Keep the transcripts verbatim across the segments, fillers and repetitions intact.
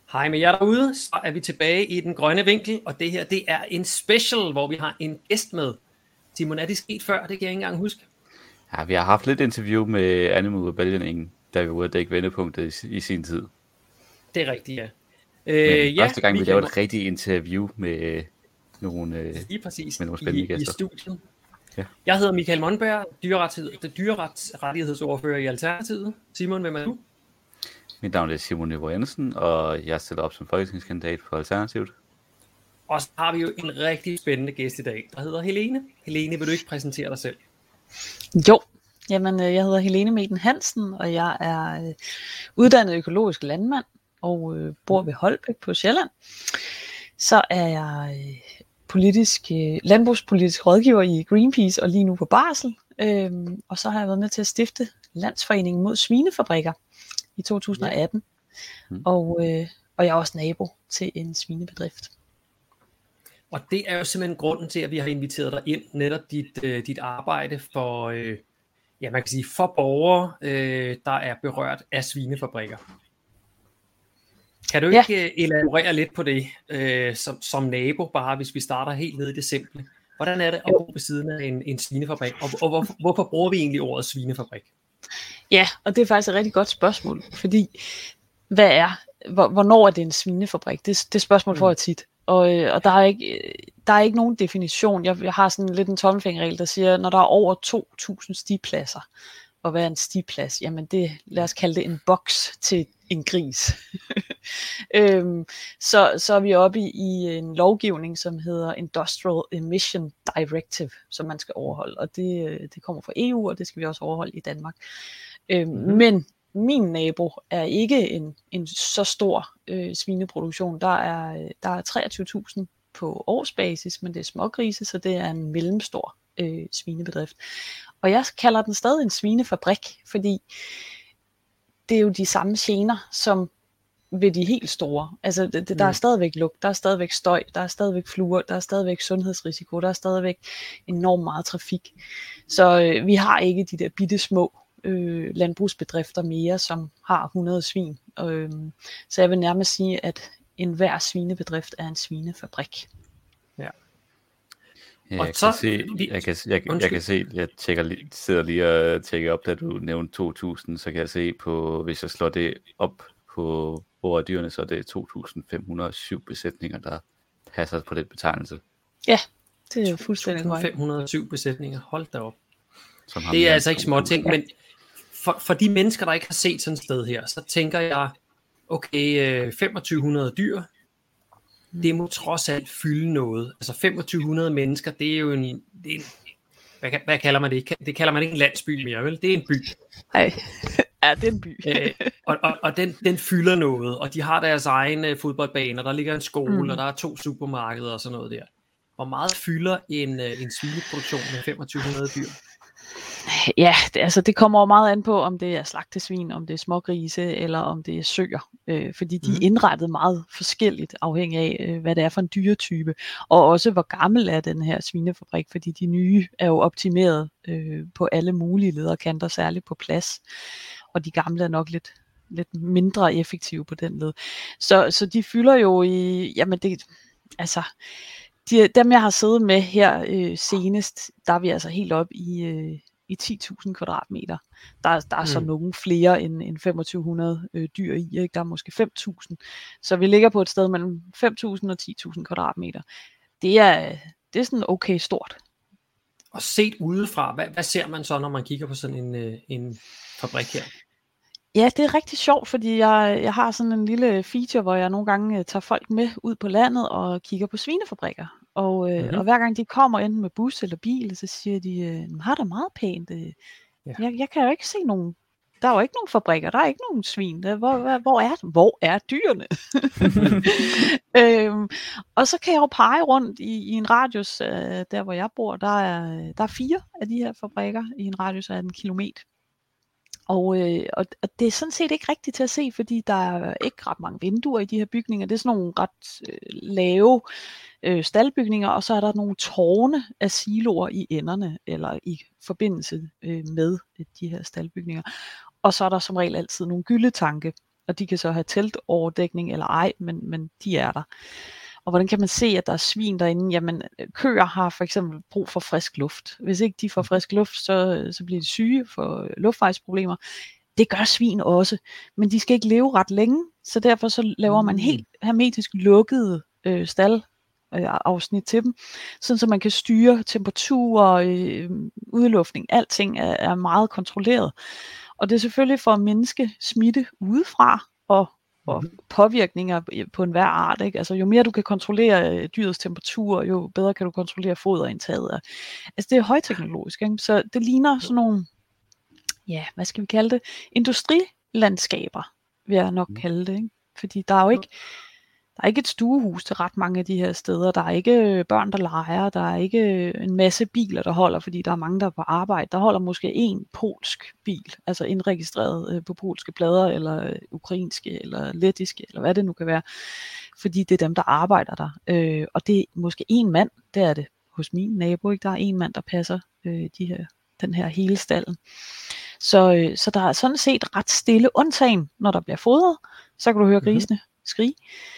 Hej med jer derude, så er vi tilbage i den grønne vinkel, og det her, det er en special, hvor vi har en gæst med. Simon, er det sket før? Det kan jeg ikke engang huske. Ja, vi har haft lidt interview med Animal Rebellion, da vi var ude at dække vendepunktet i, i sin tid. Det er rigtigt, ja. Men øh, første gang, ja, vi lavede et rigtigt interview med nogle, øh, lige præcis, med nogle spændende i, gæster. i studiet. Ja. Jeg hedder Michael Monberg, dyreretsrettighedsordfører i Alternativet. Simon, hvem er du? Mit navn er Simon Nyborg Jensen, og jeg stiller op som folketingskandidat for Alternativet. Og så har vi jo en rigtig spændende gæst i dag, der hedder Helene. Helene, vil du ikke præsentere dig selv? Jo, jamen jeg hedder Helene Meten Hansen, og jeg er øh, uddannet økologisk landmand og øh, bor ved Holbæk på Sjælland. Så er jeg øh, politisk, øh, landbrugspolitisk rådgiver i Greenpeace og lige nu på barsel. Øh, og så har jeg været med til at stifte Landsforeningen mod Svinefabrikker i to tusind og atten. Ja. Mm. Og, øh, og jeg er også nabo til en svinebedrift. Og det er jo simpelthen grunden til, at vi har inviteret dig ind, netop dit, øh, dit arbejde for, øh, ja, man kan sige, for borgere, øh, der er berørt af svinefabrikker. Kan du ikke ja. elaborere lidt på det, øh, som, som nabo, bare hvis vi starter helt nede i det simple? Hvordan er det at bo ved siden af en, en svinefabrik, og, og hvor, hvorfor bruger vi egentlig ordet svinefabrik? Ja, og det er faktisk et rigtig godt spørgsmål, fordi hvad er, hvornår er det en svinefabrik? Det, det spørgsmål får jeg tit. Og, og der, er ikke, der er ikke nogen definition. Jeg, jeg har sådan lidt en tommelfingerregel, der siger, når der er over to tusind stipladser, og hvad er en stiplads? Jamen det, lad os kalde det en boks til en gris. øhm, så, så er vi oppe i, i en lovgivning, som hedder Industrial Emission Directive, som man skal overholde. Og det, det kommer fra E U, og det skal vi også overholde i Danmark. Øhm, mm-hmm. Men min nabo er ikke en, en så stor øh, svineproduktion. Der er, der er treogtyve tusind på årsbasis, men det er smågrise, så det er en mellemstor øh, svinebedrift. Og jeg kalder den stadig en svinefabrik, fordi det er jo de samme gener som ved de helt store. Altså det, det, der er stadigvæk lugt, der er stadigvæk støj, der er stadigvæk fluer, der er stadigvæk sundhedsrisiko, der er stadigvæk enormt meget trafik. Så øh, vi har ikke de der bitte små Øh, landbrugsbedrifter mere, som har hundrede svin. Øh, så jeg vil nærmest sige, at enhver svinebedrift er en svinefabrik. Ja. Ja, jeg, så, kan se, jeg, kan, jeg, jeg, jeg kan se, jeg tjekker lige, sidder lige og tjekker op, da du nævnte to tusind, så kan jeg se på, hvis jeg slår det op på hvor dyrene, så er det to tusind fem hundrede og syv besætninger, der passer på den betegnelse. Ja, det er fuldstændig to tusind fem hundrede og syv besætninger, hold da op. Det er altså ikke små ting, men for, for de mennesker, der ikke har set sådan et sted her, så tænker jeg, okay, femogtyve hundrede dyr, det må trods alt fylde noget. Altså femogtyve hundrede mennesker, det er jo en, det er en hvad, hvad kalder man det? Det kalder man ikke en landsby mere, vel? Det er en by. Nej, ja, det er en by. Æ, og og, og den, den fylder noget, og de har deres egen fodboldbane, og der ligger en skole, mm. og der er to supermarkeder og sådan noget der. Hvor meget fylder en, en svineproduktion med femogtyve hundrede dyr? Ja, det, altså det kommer jo meget an på, om det er slagtesvin, om det er smågrise, eller om det er søer. Øh, fordi de er indrettet meget forskelligt, afhængig af, øh, hvad det er for en dyretype. Og også, hvor gammel er den her svinefabrik, fordi de nye er jo optimeret øh, på alle mulige lederkanter, særligt på plads. Og de gamle er nok lidt, lidt mindre effektive på den led. Så, så de fylder jo i, jamen det, altså... De, dem jeg har siddet med her øh, senest, der er vi altså helt op i, øh, i ti tusind kvadratmeter. Der, der er mm. så nogle flere end, end femogtyve hundrede øh, dyr i, ikke? Der er måske fem tusind. Så vi ligger på et sted mellem fem tusind og ti tusind kvadratmeter. Det er, det er sådan okay stort. Og set udefra, hvad, hvad ser man så, når man kigger på sådan en, øh, en fabrik her? Ja, det er rigtig sjovt, fordi jeg, jeg har sådan en lille feature, hvor jeg nogle gange tager folk med ud på landet og kigger på svinefabrikker. Og, øh, mm-hmm. og hver gang de kommer enten med bus eller bil, så siger de, øh, har det meget pænt. Øh. Ja. Jeg, jeg kan jo ikke se nogen, der er jo ikke nogen fabrikker, der er ikke nogen svin. Der, hvor, hvor, hvor, er, hvor er dyrene? øhm, og så kan jeg jo pege rundt i, i en radius, øh, der hvor jeg bor, der er, der er fire af de her fabrikker i en radius af en kilometer. Og, øh, og, og det er sådan set ikke rigtigt til at se, fordi der er ikke ret mange vinduer i de her bygninger. Det er sådan nogle ret øh, lave øh, staldbygninger, og så er der nogle tårne af siloer i enderne, eller i forbindelse øh, med de her staldbygninger. Og så er der som regel altid nogle gyldetanke og de kan så have teltoverdækning eller ej, men, men de er der. Og hvordan kan man se, at der er svin derinde? Jamen, køer har for eksempel brug for frisk luft. Hvis ikke de får frisk luft, så, så bliver de syge for luftvejsproblemer. Det gør svin også, men de skal ikke leve ret længe, så derfor så laver man helt hermetisk lukkede øh, stald afsnit til dem, sådan så man kan styre temperatur, øh, udluftning, alting er, er meget kontrolleret. Og det er selvfølgelig for at mindske smitte udefra og, og påvirkninger på enhver art. Ikke? Altså jo mere du kan kontrollere dyrets temperatur, jo bedre kan du kontrollere foderindtaget. Altså det er højteknologisk, ikke? Så det ligner sådan nogle, ja, hvad skal vi kalde det, industrilandskaber, vil jeg nok kalde det, ikke? Fordi der er jo ikke Der er ikke et stuehus til ret mange af de her steder. Der er ikke børn, der leger. Der er ikke en masse biler, der holder, fordi der er mange, der er på arbejde. Der holder måske en polsk bil, altså indregistreret øh, på polske plader, eller ukrainske, eller lettiske, eller hvad det nu kan være. Fordi det er dem, der arbejder der. Øh, og det er måske en mand, det er det hos min nabo, ikke? Der er en mand, der passer øh, de her, den her hele stallen. Så, øh, så der er sådan set ret stille, undtagen når der bliver fodret, så kan du høre grisene skrige.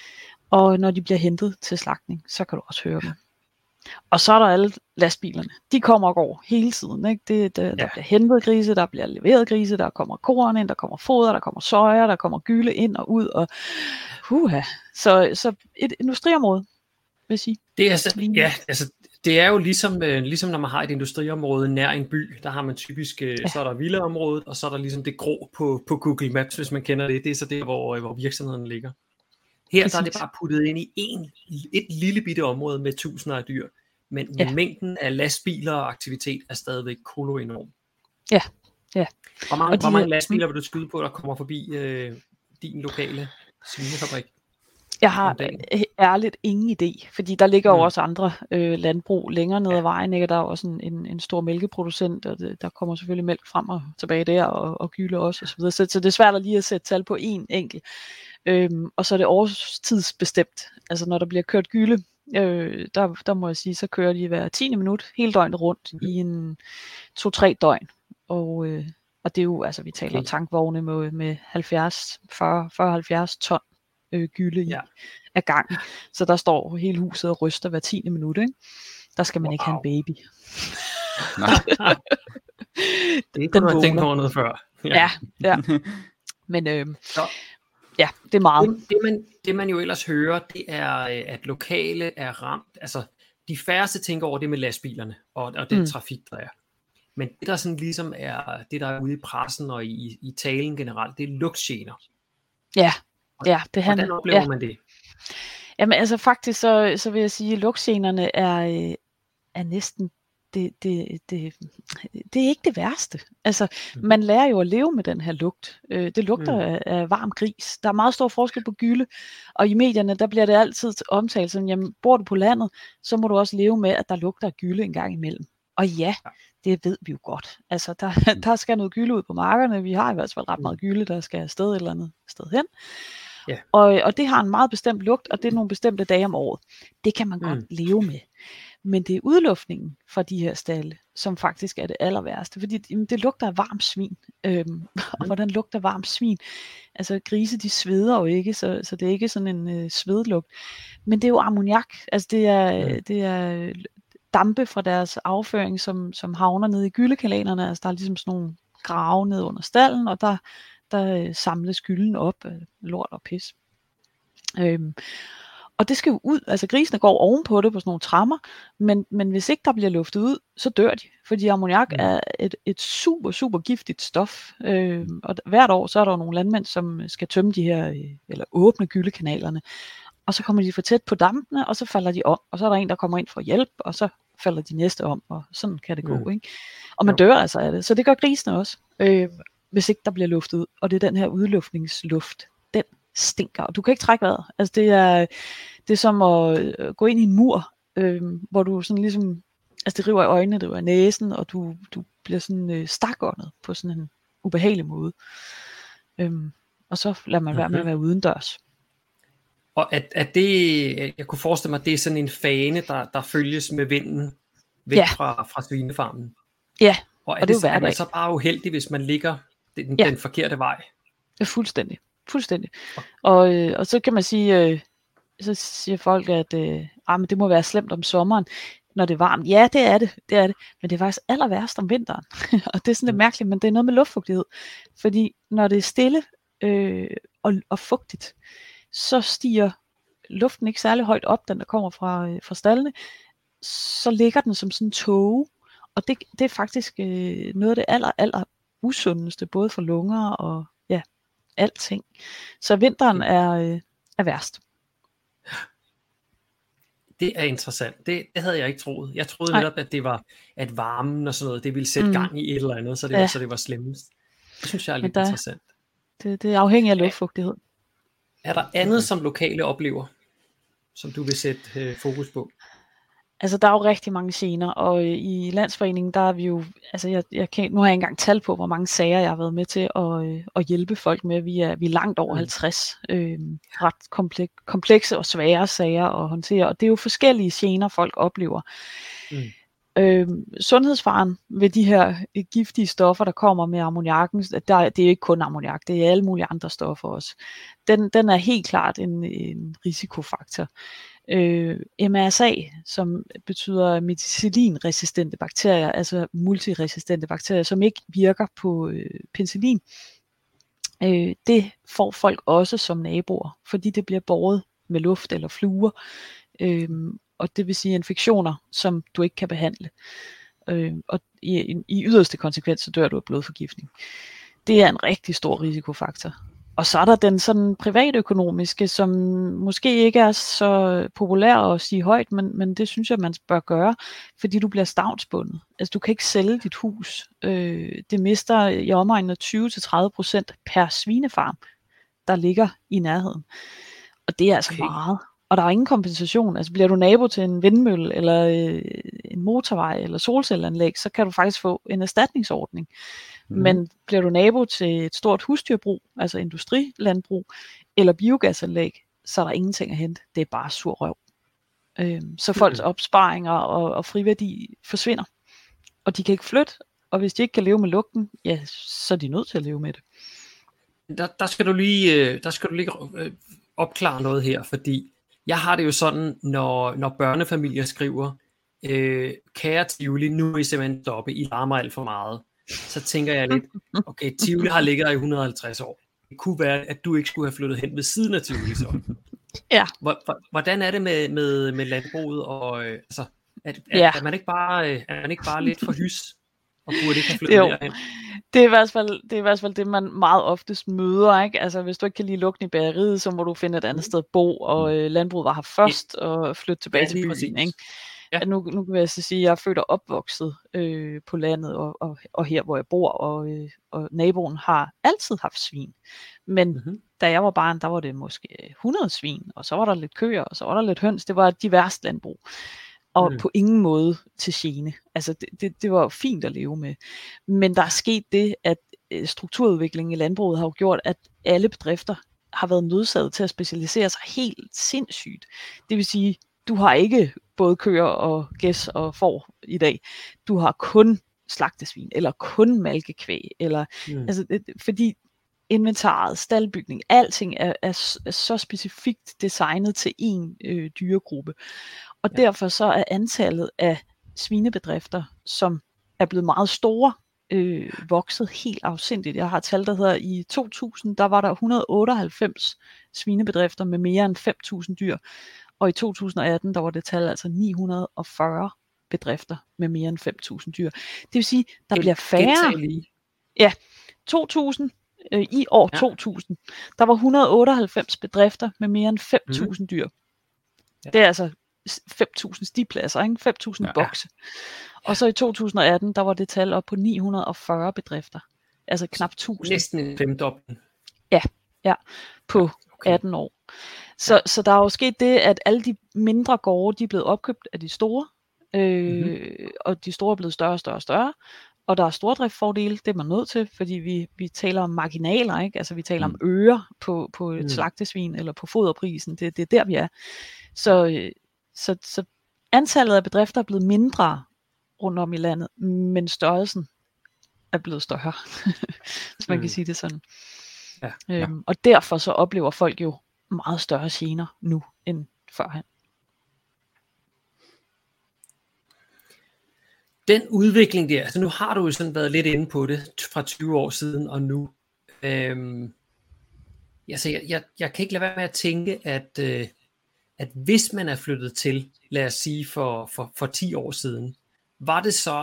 Og når de bliver hentet til slagtning, så kan du også høre dem. Og så er der alle lastbilerne. De kommer og går hele tiden. Ikke? Det, der, ja. der bliver hentet grise, der bliver leveret grise, der kommer korn ind, der kommer foder, der kommer soja, der kommer gylde ind og ud. Og, huha. Så, så et industriområde, vil jeg sige. Det er, så, ja, altså, det er jo ligesom, øh, ligesom når man har et industriområde nær en by, der har man typisk, øh, ja. så er der villaområdet, og så er der ligesom det grå på, på Google Maps, hvis man kender det. Det er så det, hvor, hvor virksomheden ligger. Her der er det bare puttet ind i en, et lille bitte område med tusinder af dyr, men, ja. men mængden af lastbiler og aktivitet er stadigvæk koloenorm. Ja, ja. Hvor mange, de, hvor mange lastbiler vil du skyde på, der kommer forbi øh, din lokale svinefabrik? Jeg har ærligt ingen idé, fordi der ligger mm. jo også andre øh, landbrug længere ned ad vejen, ikke? Der er også en, en, en stor mælkeproducent, og det, der kommer selvfølgelig mælk frem og tilbage der, og, og gylde også, og så videre. Så, så det er svært at lige at sætte tal på én enkelt. Øhm, og så er det årstidsbestemt. Altså når der bliver kørt gylde, øh, der, der må jeg sige, så kører de hver tiende minut hele døgnet rundt mm. i en to-tre døgn. Og, øh, og det er jo, altså vi taler okay. om tankvogne med, med halvfjerds, fyrre til halvfjerds ton øh, gylde i ja. af gangen. Så der står hele huset og ryster hver tiende minut, ikke? Der skal man wow. ikke have en baby. Nej. Det kunne man tænke over noget før. Ja, ja. ja. Men øh, så. Ja, det er meget. Det, det, man, det man jo ellers hører, det er, at lokale er ramt. Altså, de færreste tænker over det med lastbilerne, og, og den mm. trafik, der er. Men det, der sådan ligesom er, det der er ude i pressen og i, i talen generelt, det er lugtgener. Ja, ja. Det handler, hvordan oplever ja. man det? Jamen altså faktisk, så, så vil jeg sige, at lugtgenerne er, er næsten Det, det, det, det er ikke det værste. Altså, mm. man lærer jo at leve med den her lugt. Øh, det lugter mm. af, af varm gris. Der er meget stor forskel på gylde, og i medierne, der bliver det altid omtalt som, jamen, bor du på landet, så må du også leve med, at der lugter af gylde en gang imellem. Og ja, det ved vi jo godt. Altså, der, mm. der skal noget gylde ud på markerne. Vi har i hvert fald ret meget gylde, der skal afsted et eller andet sted hen. Yeah. Og, og det har en meget bestemt lugt, og det er nogle bestemte dage om året. Det kan man mm. godt leve med. Men det er udluftningen fra de her stalde, som faktisk er det aller værste. Fordi jamen, det lugter af varmt svin. Øhm, og hvordan lugter varmt svin? Altså grise, de sveder jo ikke, så, så det er ikke sådan en øh, svedlugt. Men det er jo ammoniak. Altså det er, mm. det er dampe fra deres afføring, som, som havner nede i gyldekanalerne. Altså der er ligesom sådan nogle grave ned under stallen, og der, der øh, samles gylden op af lort og pis. Øhm, Og det skal jo ud, altså grisene går ovenpå det på sådan nogle trammer, men, men hvis ikke der bliver luftet ud, så dør de, fordi ammoniak mm. er et, et super, super giftigt stof, øh, og hvert år, så er der jo nogle landmænd, som skal tømme de her, eller åbne gyldekanalerne, og så kommer de for tæt på dampene, og så falder de om, og så er der en, der kommer ind for hjælp, og så falder de næste om, og sådan kan det gå, mm. ikke? Og man dør altså af det, så det gør grisene også, øh, hvis ikke der bliver luftet ud, og det er den her udluftningsluft, den stinker, og du kan ikke trække vejret. Altså det er, det er som at gå ind i en mur, øh, hvor du sådan ligesom, altså det river i øjnene, det river i næsen, og du, du bliver sådan øh, stakåndet på sådan en ubehagelig måde. Øhm, og så lader man være med at være udendørs. Og at, at det, jeg kunne forestille mig, at det er sådan en fane, der, der følges med vinden væk ja. fra, fra svinefarmen. Ja, og, er og det er det, jo er man så bare uheldig, hvis man ligger den, ja. den forkerte vej? Ja, fuldstændig. fuldstændig. Og, øh, og så kan man sige, øh, så siger folk, at øh, ah, men det må være slemt om sommeren, når det er varmt. Ja, det er det, det er det. Men det er faktisk aller værst om vinteren. Og det er sådan lidt mærkeligt, men det er noget med luftfugtighed. Fordi når det er stille øh, og, og fugtigt, så stiger luften ikke særlig højt op, den der kommer fra, øh, fra stallene. Så ligger den som sådan en tåge. Og det, det er faktisk øh, noget af det aller, aller usundeste, både for lunger og ja, alting. Så vinteren er, øh, er værst. Det er interessant. Det, det havde jeg ikke troet. Jeg troede netop, at det var, at varmen og sådan noget, det ville sætte mm. gang i et eller andet, så det, ja. var, så det var slemmest. Det synes jeg er lidt der, interessant. Det, det er afhængigt af luftfugtighed. Er der andet, som lokale oplever, som du vil sætte øh, fokus på? Altså, der er jo rigtig mange gener, og øh, i Landsforeningen, der er vi jo, altså jeg, jeg kan, nu har jeg ikke engang tal på, hvor mange sager jeg har været med til at, øh, at hjælpe folk med. Vi er, vi er langt over halvtreds øh, ret komplek- komplekse og svære sager at håndtere, og det er jo forskellige gener, folk oplever. Mm. Øh, sundhedsfaren ved de her giftige stoffer, der kommer med ammoniakken, der, det er ikke kun ammoniak, det er alle mulige andre stoffer også. Den, den er helt klart en, en risikofaktor. Øh, M R S A, som betyder methicillin-resistente bakterier, altså multiresistente bakterier, som ikke virker på øh, penicillin, øh, det får folk også som naboer, fordi det bliver båret med luft eller fluer, øh, og det vil sige infektioner, som du ikke kan behandle. Øh, og i, i yderste konsekvens, så dør du af blodforgiftning. Det er en rigtig stor risikofaktor. Og så er der den sådan privatøkonomiske, som måske ikke er så populær at sige højt, men, men det synes jeg, man bør gøre, fordi du bliver stavnsbundet. Altså du kan ikke sælge dit hus. Øh, det mister i omegnen af tyve til tredive procent per svinefarm, der ligger i nærheden. Og det er altså okay. meget. Og der er ingen kompensation. Altså bliver du nabo til en vindmølle, eller øh, en motorvej, eller solcelleanlæg, så kan du faktisk få en erstatningsordning. Mm. Men bliver du nabo til et stort husdyrbrug, altså industrilandbrug, eller biogasanlæg, så er der ingenting at hente. Det er bare sur røv. Øhm, så folks opsparinger og, og friværdi forsvinder. Og de kan ikke flytte, og hvis de ikke kan leve med lugten, ja, så er de nødt til at leve med det. Der, der skal du lige, der skal du lige opklare noget her, fordi jeg har det jo sådan, når, når børnefamilier skriver, øh, kære Tivoli, nu er I simpelthen stoppe, I larmer alt for meget. Så tænker jeg lidt, okay, Tivoli har ligget der i et hundrede og halvtreds år. Det kunne være, at du ikke skulle have flyttet hen ved siden af Tivoli så. Ja. Hvordan er det med, med, med landbruget? Og, øh, altså, er, er, ja. er, man ikke bare, er man ikke bare lidt for hys, og burde ikke have flyttet derhen? Det er, i hvert fald, det er i hvert fald det, man meget oftest møder, ikke? Altså, hvis du ikke kan lide lugten i bageriet, så må du finde et andet sted at bo, og øh, landbruget var her først, og flytte tilbage ja, til byen, ikke? Ja. Nu, nu kan jeg så sige, at jeg er født og opvokset øh, på landet, og, og, og her, hvor jeg bor, og, øh, og naboen har altid haft svin. Men mm-hmm. da jeg var barn, der var det måske hundrede svin, og så var der lidt køer, og så var der lidt høns. Det var et diverst landbrug. Og mm. på ingen måde til gene. Altså det, det, det var fint at leve med. Men der er sket det, at strukturudviklingen i landbruget har jo gjort, at alle bedrifter har været nødsaget til at specialisere sig helt sindssygt. Det vil sige, du har ikke både køer og gæs og får i dag. Du har kun slagtesvin, eller kun malkekvæg, eller, mm. altså, fordi inventaret, staldbygning, alting er, er, er så specifikt designet til en øh, dyregruppe. Og ja. Derfor så er antallet af svinebedrifter, som er blevet meget store, øh, vokset helt afsindigt. Jeg har tal, der hedder, i to tusind, der var der et hundrede og otteoghalvfems svinebedrifter med mere end fem tusind dyr. Og i to tusind og atten, der var det tal altså ni hundrede og fyrre bedrifter med mere end fem tusind dyr. Det vil sige, der det bliver færre. Ja, to tusind, øh, i år ja. to tusind, der var et hundrede og otteoghalvfems bedrifter med mere end fem tusind mm. dyr. Ja. Det er altså fem tusind stipladser, ikke? fem tusind ja. bokse. Og så i to tusind og atten, der var det tal op på ni hundrede og fyrre bedrifter. Altså knap tusind. Næsten en femdobling. Ja, ja, på okay. atten år. Så, ja. så der er jo sket det, at alle de mindre gårde, de er blevet opkøbt af de store, øh, mm-hmm. og de store er blevet større og større og større, og der er stordriftfordele, det er man nødt til, fordi vi, vi taler om marginaler, ikke? Altså vi taler mm. om øre på, på et mm. slagtesvin, eller på foderprisen, det, det er der vi er. Så, så, så antallet af bedrifter er blevet mindre rundt om i landet, men størrelsen er blevet større, hvis man mm. kan sige det sådan. Ja. Øhm, og derfor så oplever folk jo meget større gener nu end førhen. Den udvikling der, altså nu har du jo sådan været lidt inde på det fra tyve år siden og nu. Øhm, altså jeg, jeg, jeg kan ikke lade være med at tænke, at, øh, at hvis man er flyttet til, lad os sige for, for, for ti år siden, var det så,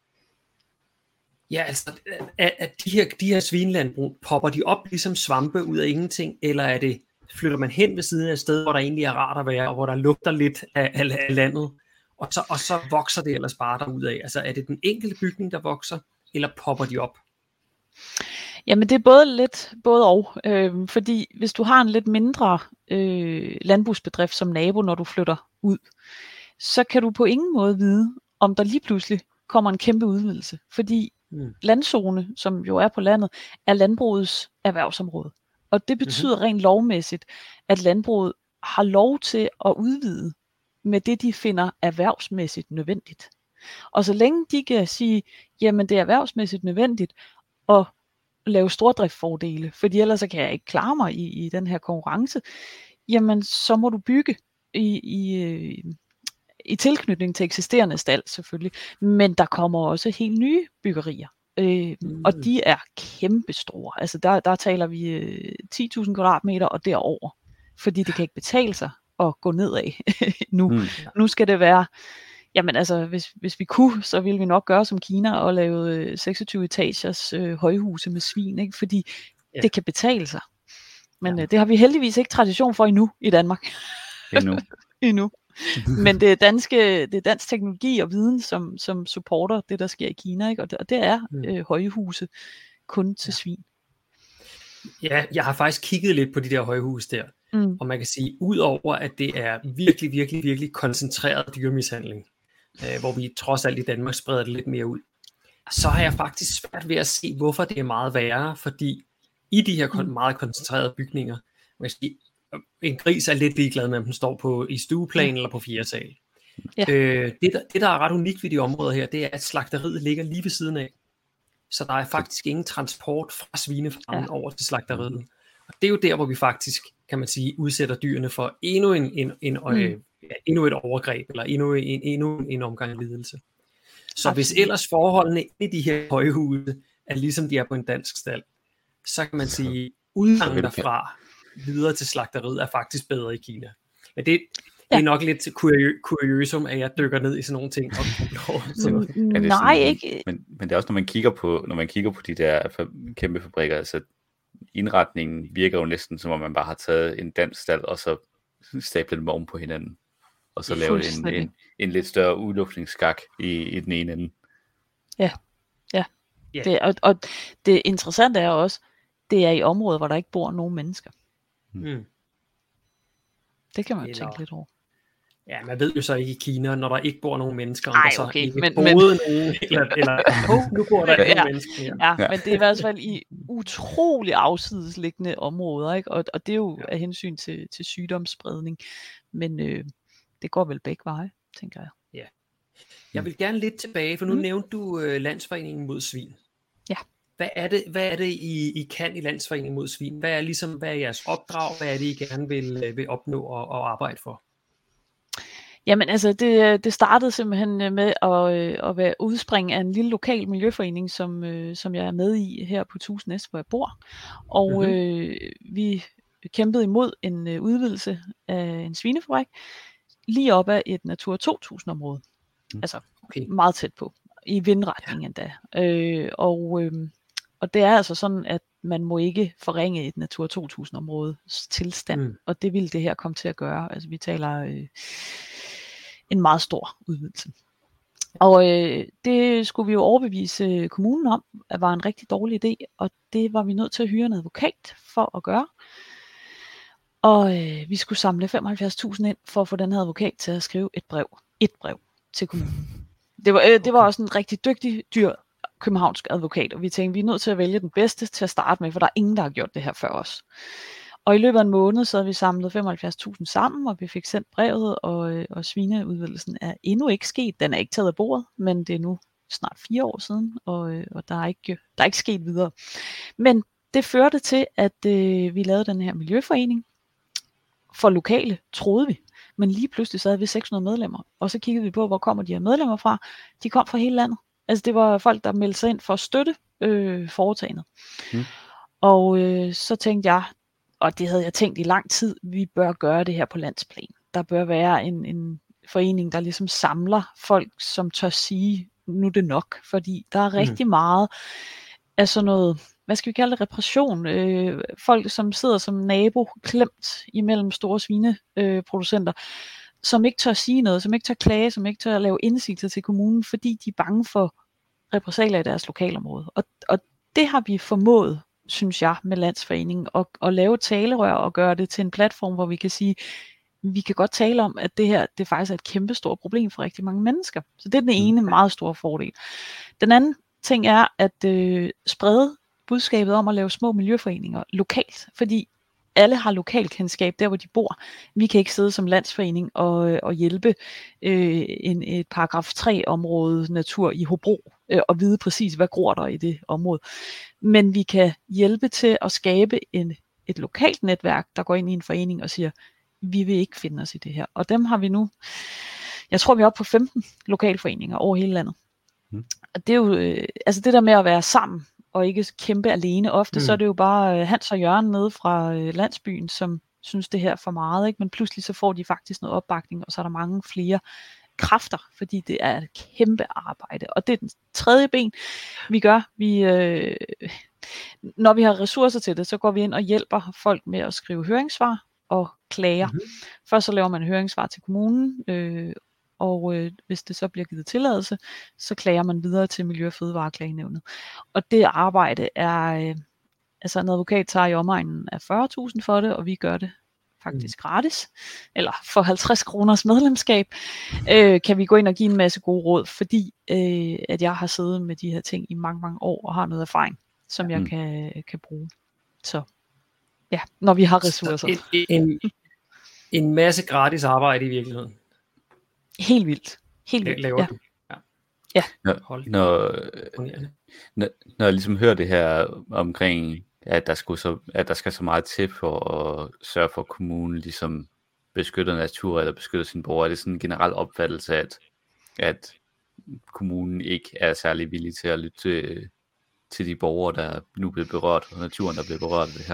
ja altså, at, at de her, de her svinelandbrug, popper de op ligesom svampe ud af ingenting, eller er det, flytter man hen ved siden af et sted, hvor der egentlig er rart at være, og hvor der lugter lidt af, af landet, og så, og så vokser det ellers bare derudad? Altså er det den enkelte bygning, der vokser, eller popper de op? Jamen det er både lidt, både og, øh, fordi hvis du har en lidt mindre øh, landbrugsbedrift som nabo, når du flytter ud, så kan du på ingen måde vide, om der lige pludselig kommer en kæmpe udvidelse, fordi mm. landzone, som jo er på landet, er landbrugets erhvervsområde. Og det betyder mm-hmm. rent lovmæssigt, at landbruget har lov til at udvide med det, de finder erhvervsmæssigt nødvendigt. Og så længe de kan sige, jamen det er erhvervsmæssigt nødvendigt at lave stordriftfordele, fordi ellers så kan jeg ikke klare mig i, i den her konkurrence, jamen så må du bygge i, i, i tilknytning til eksisterende stald selvfølgelig. Men der kommer også helt nye byggerier. Øh, mm. Og de er kæmpestore. Altså der, der taler vi øh, ti tusind kvadratmeter og derover, fordi det kan ikke betale sig at gå nedad nu. Mm. Nu skal det være, jamen altså, hvis, hvis vi kunne, så ville vi nok gøre som Kina og lave øh, seksogtyve etagers øh, højhuse med svin, ikke? Fordi ja. det kan betale sig. Men ja. øh, det har vi heldigvis ikke tradition for endnu i Danmark. Endnu. endnu. Men det er, danske, det er dansk teknologi og viden, som, som supporter det, der sker i Kina, ikke? Og, det, og det er øh, højhuse kun til svin. Ja, jeg har faktisk kigget lidt på de der højhuse der, mm. og man kan sige, udover at det er virkelig, virkelig, virkelig koncentreret dyremishandling, øh, hvor vi trods alt i Danmark spreder det lidt mere ud, så har jeg faktisk svært ved at se, hvorfor det er meget værre, fordi i de her kon- meget koncentrerede bygninger, man kan sige, en gris er lidt ligeglad med, om den står på, i stueplan eller på fjerde sal. Ja. Øh, det, der, det, der er ret unikt ved de områder her, det er, at slagteriet ligger lige ved siden af. Så der er faktisk ingen transport fra svinefarmen ja. over til slagteriet. Og det er jo der, hvor vi faktisk, kan man sige, udsætter dyrene for endnu, en, en, en, mm. øh, endnu et overgreb, eller endnu en, endnu en omgang lidelse. Så Absolut. Hvis ellers forholdene i de her højhuse er ligesom de er på en dansk stald, så kan man sige, udgangen derfra videre til slagteriet er faktisk bedre i Kina. Men det, det er nok lidt kuriosum, at jeg dykker ned i sådan nogle ting. Så. Nej, ikke. Men, men det er også, når man kigger på, når man kigger på de der kæmpe fabrikker, altså indretningen virker jo næsten, som om man bare har taget en dansk stald, og så stablet dem oven på hinanden. Og så lavet en, en, en lidt større udluftningsskak i, i den ene ende. Ja, ja. Yeah. Det, og, og det interessante er også, det er i områder, hvor der ikke bor nogen mennesker. Mm. Det kan man jo tænke lidt over. Ja, man ved jo så ikke i Kina, når der ikke bor nogen mennesker, om Ej, der så okay, ikke men, boede men... nogen, eller, eller oh, nu bor der ikke ja, nogen mennesker. Ja. Ja, men det er i hvert fald i utrolig afsidesliggende områder, ikke? Og, og det er jo ja. af hensyn til, til sygdomsspredning. Men øh, det går vel begge veje, tænker jeg. Ja. Jeg vil gerne lidt tilbage, for nu mm. nævnte du øh, Landsforeningen mod svin. Ja. Hvad er det, hvad er det I, I kan i Landsforeningen mod svin? Hvad er, ligesom, hvad er jeres opdrag? Hvad er det, I gerne vil, vil opnå og, og arbejde for? Jamen altså, det, det startede simpelthen med at, at være udspring af en lille lokal miljøforening, som, som jeg er med i her på Tusind Næs, hvor jeg bor. Og mm-hmm. øh, vi kæmpede imod en udvidelse af en svinefabrik lige op ad et Natura to tusind område. Mm. Altså okay. meget tæt på, i vindretning endda. Øh, og, øh, og det er altså sådan, at man må ikke forringe et Natura to tusind områdes tilstand, mm. og det vil det her komme til at gøre. Altså vi taler øh, en meget stor udvidelse. Og øh, det skulle vi jo overbevise kommunen om, at var en rigtig dårlig idé, og det var vi nødt til at hyre en advokat for at gøre. Og øh, vi skulle samle femoghalvfjerds tusind ind for at få den her advokat til at skrive et brev. Et brev til kommunen. Det var, øh, det var også en rigtig dygtig, dyr københavnsk advokat, og vi tænkte, vi er nødt til at vælge den bedste til at starte med, for der er ingen, der har gjort det her før os. Og i løbet af en måned, så havde vi samlet femoghalvfjerds tusind sammen, og vi fik sendt brevet, og, og svineudvidelsen er endnu ikke sket. Den er ikke taget af bordet, men det er nu snart fire år siden, og, og der, er ikke, der er ikke sket videre. Men det førte til, at øh, vi lavede den her miljøforening for lokale, troede vi. Men lige pludselig så havde vi seks hundrede medlemmer, og så kiggede vi på, hvor kommer de her medlemmer fra. De kom fra hele landet. Altså det var folk, der meldte sig ind for at støtte øh, foretagendet. Mm. Og øh, så tænkte jeg, og det havde jeg tænkt i lang tid, vi bør gøre det her på landsplan. Der bør være en, en forening, der ligesom samler folk, som tør sige, nu er det nok. Fordi der er rigtig mm. meget af sådan noget, hvad skal vi kalde det, repression. Øh, folk, som sidder som nabo, klemt imellem store svineproducenter, øh, som ikke tør sige noget, som ikke tør klage, som ikke tør lave indsigelser til kommunen, fordi de er bange for repressalier i deres lokalområde. Og, og det har vi formået, synes jeg, med Landsforeningen, at, at lave talerør og gøre det til en platform, hvor vi kan sige, vi kan godt tale om, at det her, det faktisk er et kæmpestort problem for rigtig mange mennesker. Så det er den ene meget store fordel. Den anden ting er at øh, sprede budskabet om at lave små miljøforeninger lokalt, fordi alle har lokalkendskab der, hvor de bor. Vi kan ikke sidde som landsforening og, og hjælpe øh, en, et paragraf tre område natur i Hobro øh, og vide præcis, hvad gror der i det område. Men vi kan hjælpe til at skabe en, et lokalt netværk, der går ind i en forening og siger, vi vil ikke finde os i det her. Og dem har vi nu, jeg tror vi er oppe på femten lokalforeninger over hele landet. Mm. Og det er jo, øh, altså det der med at være sammen, og ikke kæmpe alene. Ofte mm. så er det jo bare Hans og Jørgen nede fra øh, landsbyen, som synes det her er for meget, ikke? Men pludselig så får de faktisk noget opbakning, og så er der mange flere kræfter, fordi det er et kæmpe arbejde. Og det er den tredje ben, vi gør. Vi, øh, når vi har ressourcer til det, så går vi ind og hjælper folk med at skrive høringssvar og klager. Mm-hmm. Først så laver man høringssvar til kommunen, øh, og øh, hvis det så bliver givet tilladelse, så klager man videre til Miljø- og Fødevareklagenævnet. Og det arbejde er, øh, altså en advokat tager i omegnen af fyrre tusind for det, og vi gør det faktisk mm. gratis, eller for halvtreds kroners medlemskab, øh, kan vi gå ind og give en masse gode råd, fordi øh, at jeg har siddet med de her ting i mange, mange år, og har noget erfaring, som jeg mm. kan, kan bruge. Så ja, når vi har ressourcer. En, en, en masse gratis arbejde i virkeligheden. Helt vildt. Helt vildt. Laver ja. du? Ja. Ja. Når, når, når, når jeg ligesom hører det her omkring, at der, skulle så, at der skal så meget til for at sørge for, at kommunen ligesom beskytter natur eller beskytter sine borgere, er det sådan en generel opfattelse, at, at kommunen ikke er særlig villig til at lytte til, til de borgere, der nu bliver berørt, og naturen, der bliver berørt af det her?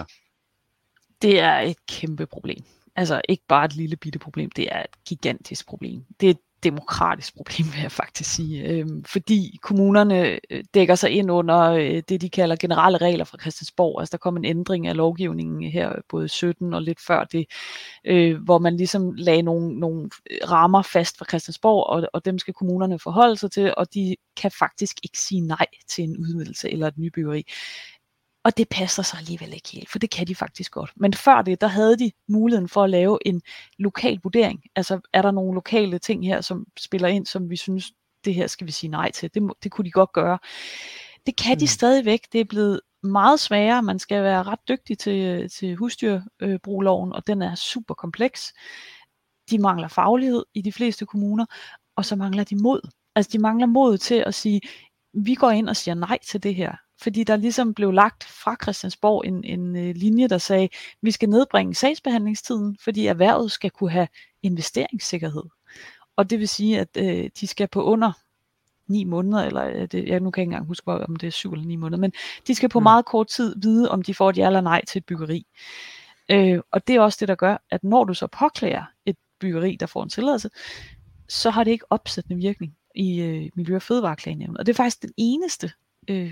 Det er et kæmpe problem. Altså ikke bare et lille bitte problem, det er et gigantisk problem. Det er et demokratisk problem, vil jeg faktisk sige. Øhm, fordi kommunerne dækker sig ind under øh, det, de kalder generelle regler fra Christiansborg. Altså der kom en ændring af lovgivningen her, både sytten og lidt før det, øh, hvor man ligesom lagde nogle, nogle rammer fast fra Christiansborg, og, og dem skal kommunerne forholde sig til, og de kan faktisk ikke sige nej til en udvidelse eller et nybyggeri. Og det passer sig alligevel ikke helt, for det kan de faktisk godt. Men før det, der havde de muligheden for at lave en lokal vurdering. Altså er der nogle lokale ting her, som spiller ind, som vi synes, det her skal vi sige nej til. Det, det kunne de godt gøre. Det kan mm. de stadigvæk. Det er blevet meget sværere. Man skal være ret dygtig til, til husdyrbrugloven, og den er super kompleks. De mangler faglighed i de fleste kommuner, og så mangler de mod. Altså de mangler mod til at sige, vi går ind og siger nej til det her. Fordi der ligesom blev lagt fra Christiansborg en, en øh, linje, der sagde, vi skal nedbringe sagsbehandlingstiden, fordi erhvervet skal kunne have investeringssikkerhed. Og det vil sige, at øh, de skal på under ni måneder, eller det, jeg nu kan ikke engang huske, om det er syv eller ni måneder, men de skal på mm. meget kort tid vide, om de får et ja eller nej til et byggeri. Øh, og det er også det, der gør, at når du så påklager et byggeri, der får en tilladelse, så har det ikke opsættende virkning i øh, Miljø- og Fødevareklagenævnet. Og det er faktisk den eneste øh,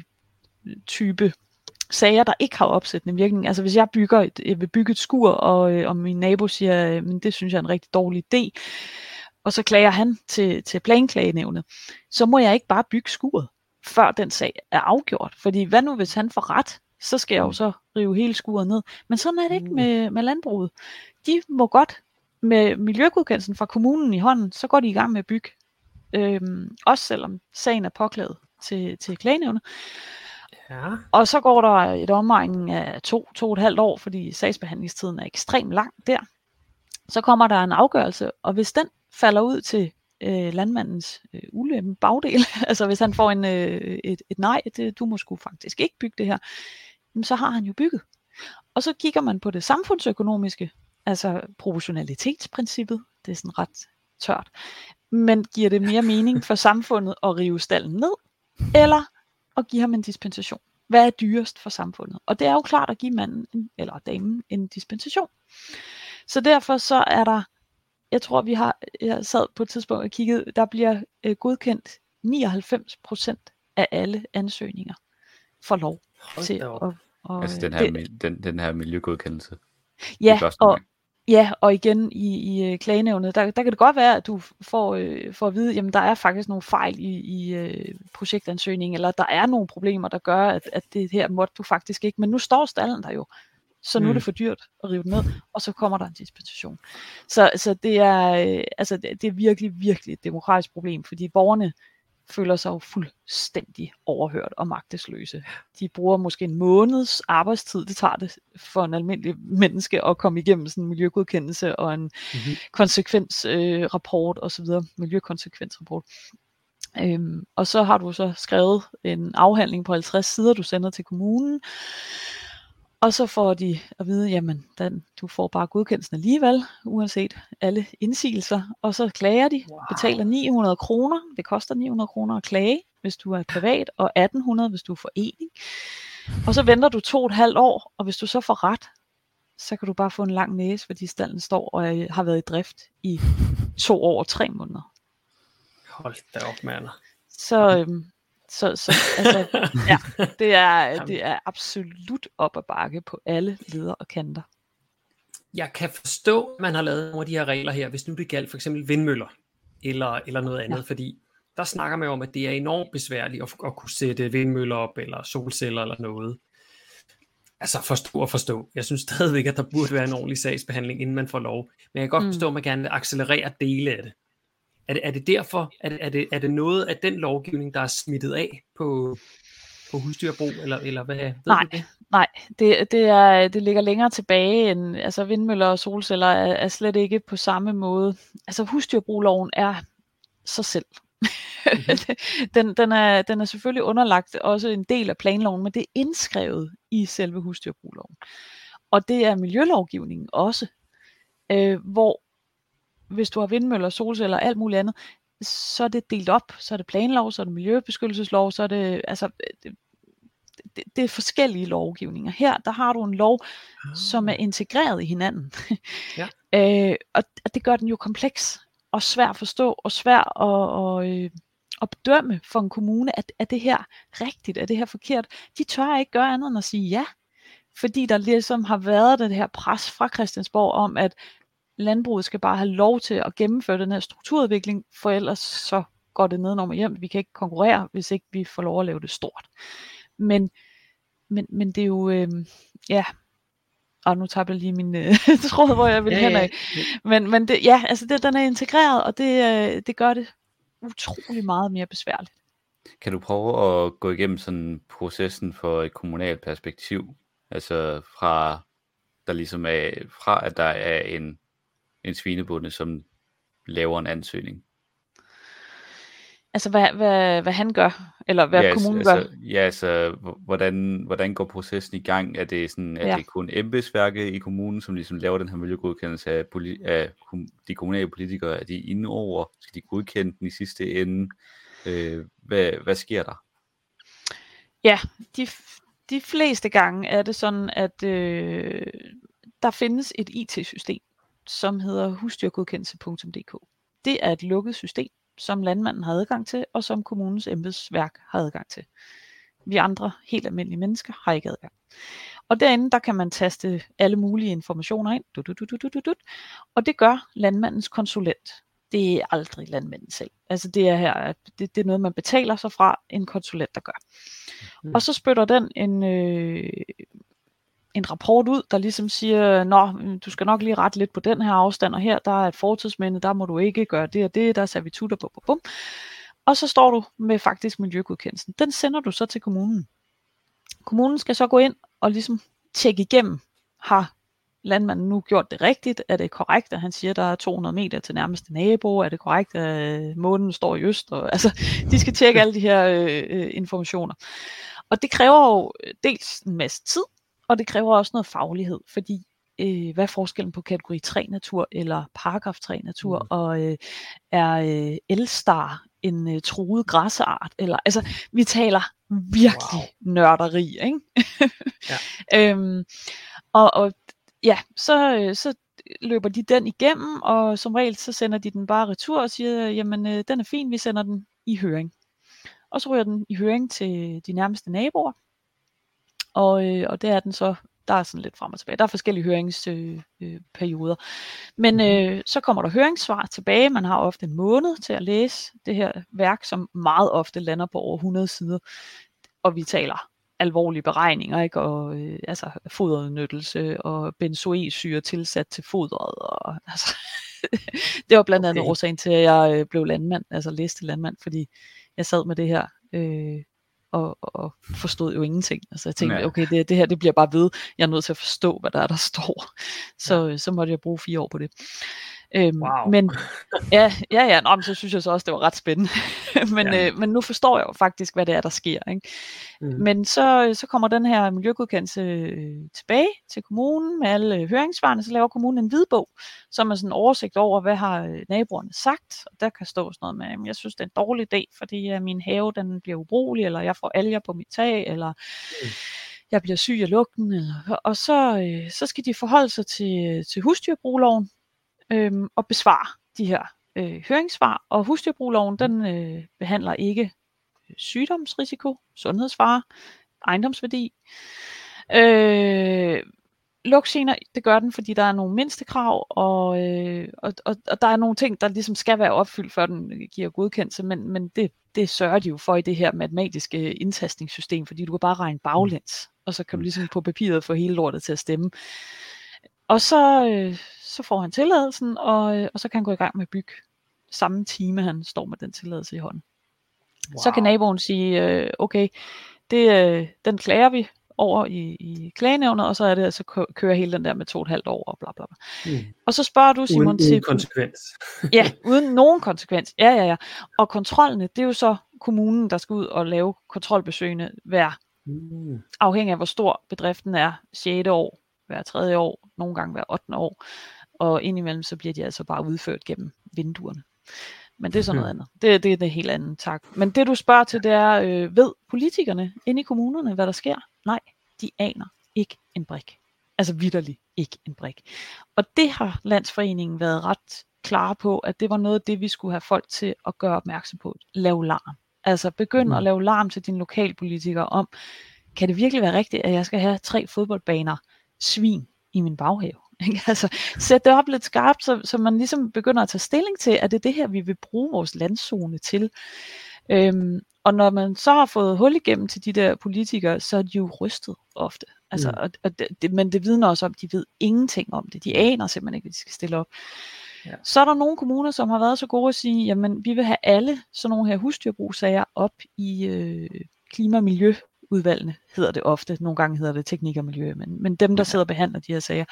type sager, der ikke har opsættende virkning. Altså hvis jeg bygger et, jeg vil bygge et skur, og, øh, og min nabo siger, men det synes jeg er en rigtig dårlig idé, og så klager han til, til planklagenævnet, så må jeg ikke bare bygge skuret, før den sag er afgjort. Fordi hvad nu, hvis han får ret, så skal jeg jo så rive hele skuret ned. Men sådan er det ikke med, med landbruget. De må godt, med miljøgodkendelsen fra kommunen i hånden, så går de i gang med at bygge. Øhm, også selvom sagen er påklaget til, til klagenævnet. Ja. Og så går der et omegn af to, to og et halvt år, fordi sagsbehandlingstiden er ekstremt lang der. Så kommer der en afgørelse, og hvis den falder ud til øh, landmandens øh, ulempe bagdel, altså hvis han får en, øh, et, et nej, det, du må sgu faktisk ikke bygge det her, så har han jo bygget. Og så kigger man på det samfundsøkonomiske, altså proportionalitetsprincippet, det er sådan ret tørt, men giver det mere mening for samfundet at rive stalden ned, eller at give ham en dispensation? Hvad er dyrest for samfundet? Og det er jo klart at give manden eller damen en dispensation. Så derfor så er der, jeg tror vi har, jeg sad på et tidspunkt og kiggede, der bliver øh, godkendt nioghalvfems procent af alle ansøgninger for lov til at, og, altså den her, det, den, den her miljøgodkendelse. Ja, og, ja, og igen i, i klagenævnet, der, der kan det godt være, at du får, øh, får at vide, jamen der er faktisk nogle fejl i, i øh, projektansøgningen, eller der er nogle problemer, der gør, at, at det her måtte du faktisk ikke, men nu står stallen der jo, så nu mm. er det for dyrt at rive den ned, og så kommer der en dispensation. Så, så det, er, øh, altså, det, det er virkelig, virkelig et demokratisk problem, fordi borgerne føler sig jo fuldstændig overhørt og magtesløse. De bruger måske en måneds arbejdstid, det tager det for en almindelig menneske at komme igennem sådan en miljøgodkendelse og en mm-hmm. konsekvensrapport øh, osv., miljøkonsekvensrapport. Øhm, og så har du så skrevet en afhandling på halvtreds sider, du sender til kommunen, og så får de at vide, jamen den, du får bare godkendelsen alligevel, uanset alle indsigelser, og så klager de, wow. betaler ni hundrede kroner, det koster ni hundrede kroner at klage, hvis du er privat, og atten hundrede, hvis du er forening. Og så venter du to og et halvt år, og hvis du så får ret, så kan du bare få en lang næse, fordi stalden står og har været i drift i to år og tre måneder. Hold da op, mand. Så... Øhm, Så, så altså, ja, det er, det er absolut op ad bakke på alle leder og kanter. Jeg kan forstå, at man har lavet nogle af de her regler her, hvis nu det galt for eksempel vindmøller, eller, eller noget andet, ja. Fordi der snakker man jo om, at det er enormt besværligt at, at kunne sætte vindmøller op, eller solceller eller noget. Altså forstå og forstå. Jeg synes stadigvæk, at der burde være en ordentlig sagsbehandling, inden man får lov. Men jeg kan godt forstå, at man gerne vil accelerere dele af det. Er det, er det derfor, er det, er, det, er det noget af den lovgivning, der er smittet af på, på husdyrbrug, eller, eller hvad? Ved nej, du det? nej det, det, er, det ligger længere tilbage end, altså vindmøller og solceller er, er slet ikke på samme måde. Altså husdyrbrugloven er sig selv. Mm-hmm. den, den, er, den er selvfølgelig underlagt også en del af planloven, men det er indskrevet i selve husdyrbrugloven. Og det er miljølovgivningen også, øh, hvor hvis du har vindmøller, solceller og alt muligt andet, så er det delt op. Så er det planlov, så er det miljøbeskyttelseslov, så er det, altså, det, det, det er forskellige lovgivninger. Her, der har du en lov, oh. som er integreret i hinanden. Ja. øh, og, og det gør den jo kompleks, og svær at forstå, og svær at, og, øh, at bedømme for en kommune, at er det her rigtigt, er det her forkert? De tør ikke gøre andet end at sige ja, fordi der ligesom har været det her pres fra Christiansborg om, at landbruget skal bare have lov til at gennemføre den her strukturudvikling, for ellers så går det nedenom og hjem. Vi kan ikke konkurrere, hvis ikke vi får lov at lave det stort. Men, men, men det er jo, øh, ja, og nu tager jeg lige min øh, tråd, hvor jeg vil ja, hen af. Ja. Men, men det, ja, altså det, den er integreret, og det, øh, det gør det utrolig meget mere besværligt. Kan du prøve at gå igennem sådan processen for et kommunalt perspektiv? Altså fra, der ligesom er, fra at der er en en svinebonde, som laver en ansøgning. Altså hvad, hvad, hvad han gør, eller hvad ja, kommunen altså, gør? Ja, altså hvordan, hvordan går processen i gang? Er det sådan, er ja. det kun embedsværket i kommunen, som ligesom laver den her miljøgodkendelse af, poli- af de kommunale politikere? Er de inde over? Skal de godkende den i sidste ende? Øh, hvad, hvad sker der? Ja, de, de fleste gange er det sådan, at øh, der findes et I T-system, som hedder husdyrgodkendelse punktum d k. Det er et lukket system, som landmanden har adgang til, og som kommunens embedsværk har adgang til. Vi andre, helt almindelige mennesker, har ikke adgang. Og derinde, der kan man taste alle mulige informationer ind, du, du, du, du, du, du, og det gør landmandens konsulent. Det er aldrig landmanden selv. Altså det er her, det, det er noget, man betaler sig fra, en konsulent, der gør. Mm. Og så spytter den en... Øh, en rapport ud, der ligesom siger, nå, du skal nok lige rette lidt på den her afstand, og her, der er et fortidsminde, der må du ikke gøre det og det, der er servitutter, bum, bum, bum. Og så står du med faktisk miljøgodkendelsen. Den sender du så til kommunen. Kommunen skal så gå ind og ligesom tjekke igennem, har landmanden nu gjort det rigtigt? Er det korrekt, at han siger, at der er to hundrede meter til nærmeste nabo? Er det korrekt, at månen står i øst? Og, altså, de skal tjekke alle de her øh, informationer. Og det kræver jo dels en masse tid, og det kræver også noget faglighed, fordi øh, hvad er forskellen på kategori tre natur eller paragraf tre natur, mm. og øh, er øh, elstar en øh, truet græsart? Eller, altså, vi taler virkelig wow. nørderi, ikke? ja. øhm, og, og ja, så, øh, så løber de den igennem, og som regel så sender de den bare retur og siger, jamen øh, den er fin, vi sender den i høring. Og så ryger den i høring til de nærmeste naboer, og, øh, og der er den så, der er sådan lidt frem og tilbage, der er forskellige høringsperioder. Øh, øh, Men øh, så kommer der høringssvar tilbage, man har ofte en måned til at læse det her værk, som meget ofte lander på over hundrede sider, og vi taler alvorlige beregninger, ikke? Og øh, altså foderudnyttelse og benzoesyre tilsat til fodret, og altså det var blandt andet okay. årsagen til, at jeg øh, blev landmand, altså læste landmand, fordi jeg sad med det her øh, og, og forstod jo ingenting. Altså jeg tænkte, okay, det, det her det bliver bare ved, jeg er nødt til at forstå, hvad der er, der står. Så, ja. så måtte jeg bruge fire år på det. Øhm, wow. Men ja, ja, ja nå, men så synes jeg så også, det var ret spændende. men, ja. øh, men nu forstår jeg jo faktisk, hvad det er, der sker. Ikke? Mm. Men så, så kommer den her miljøgodkendelse øh, tilbage til kommunen med alle øh, høringssvarene, så laver kommunen en hvidbog, som er sådan en oversigt over, hvad har øh, naboerne sagt. Og der kan stå sådan noget med, at jeg synes, det er en dårlig idé, fordi øh, min have den bliver ubrugelig, eller jeg får alger på mit tag, eller mm. jeg bliver syg af lugten. Eller, og så, øh, så skal de forholde sig til, til husdyrbrugloven, Øhm, og besvare de her øh, høringssvar. Og husdyrbrugloven, den øh, behandler ikke sygdomsrisiko, sundhedsfare, ejendomsværdi. Øh, lugtgener, det gør den, fordi der er nogle mindstekrav, og, øh, og, og, og der er nogle ting, der ligesom skal være opfyldt, før den giver godkendelse, men, men det, det sørger de jo for i det her matematiske indtastningssystem, fordi du kan bare regne baglæns, og så kan du ligesom på papiret få hele lortet til at stemme. Og så, øh, så får han tilladelsen, og, øh, og så kan han gå i gang med at bygge samme time, han står med den tilladelse i hånden. Wow. Så kan naboen sige, øh, okay, det, øh, den klager vi over i, i klagenævnet, og så er det, at så kører hele den der med to og et halvt år, og bla bla bla. Mm. Og så spørger du, Simon, uden, til... Uden konsekvens. ja, uden nogen konsekvens. Ja, ja, ja. Og kontrollene, det er jo så kommunen, der skal ud og lave kontrolbesøgene hver, mm. afhængig af, hvor stor bedriften er, sjette år, hver tredje år, nogle gange hver ottende år, og indimellem så bliver de altså bare udført gennem vinduerne. Men det er sådan noget andet. Det, det er det helt andet, tak. Men det du spørger til, det er, øh, ved politikerne inde i kommunerne, hvad der sker? Nej, de aner ikke en brik. Altså vitterligt ikke en brik. Og det har Landsforeningen været ret klar på, at det var noget af det, vi skulle have folk til at gøre opmærksom på. Lave larm. Altså begynde mm. at lave larm til dine lokalpolitikere om, kan det virkelig være rigtigt, at jeg skal have tre fodboldbaner svin i min baghave? Altså sæt det op lidt skarpt, så, så man ligesom begynder at tage stilling til, at det er det her, vi vil bruge vores landzone til. Øhm, og når man så har fået hul igennem til de der politikere, så er de jo rystet ofte. Altså, mm. og, og det, men det vidner også om, at de ved ingenting om det. De aner simpelthen ikke, hvad de skal stille op. Ja. Så er der nogle kommuner, som har været så gode at sige, jamen vi vil have alle sådan nogle her husdyrbrugssager op i øh, klima- og miljøudvalgene, hedder det ofte. Nogle gange hedder det teknik og miljø, men, men dem, der sidder og behandler de her sager.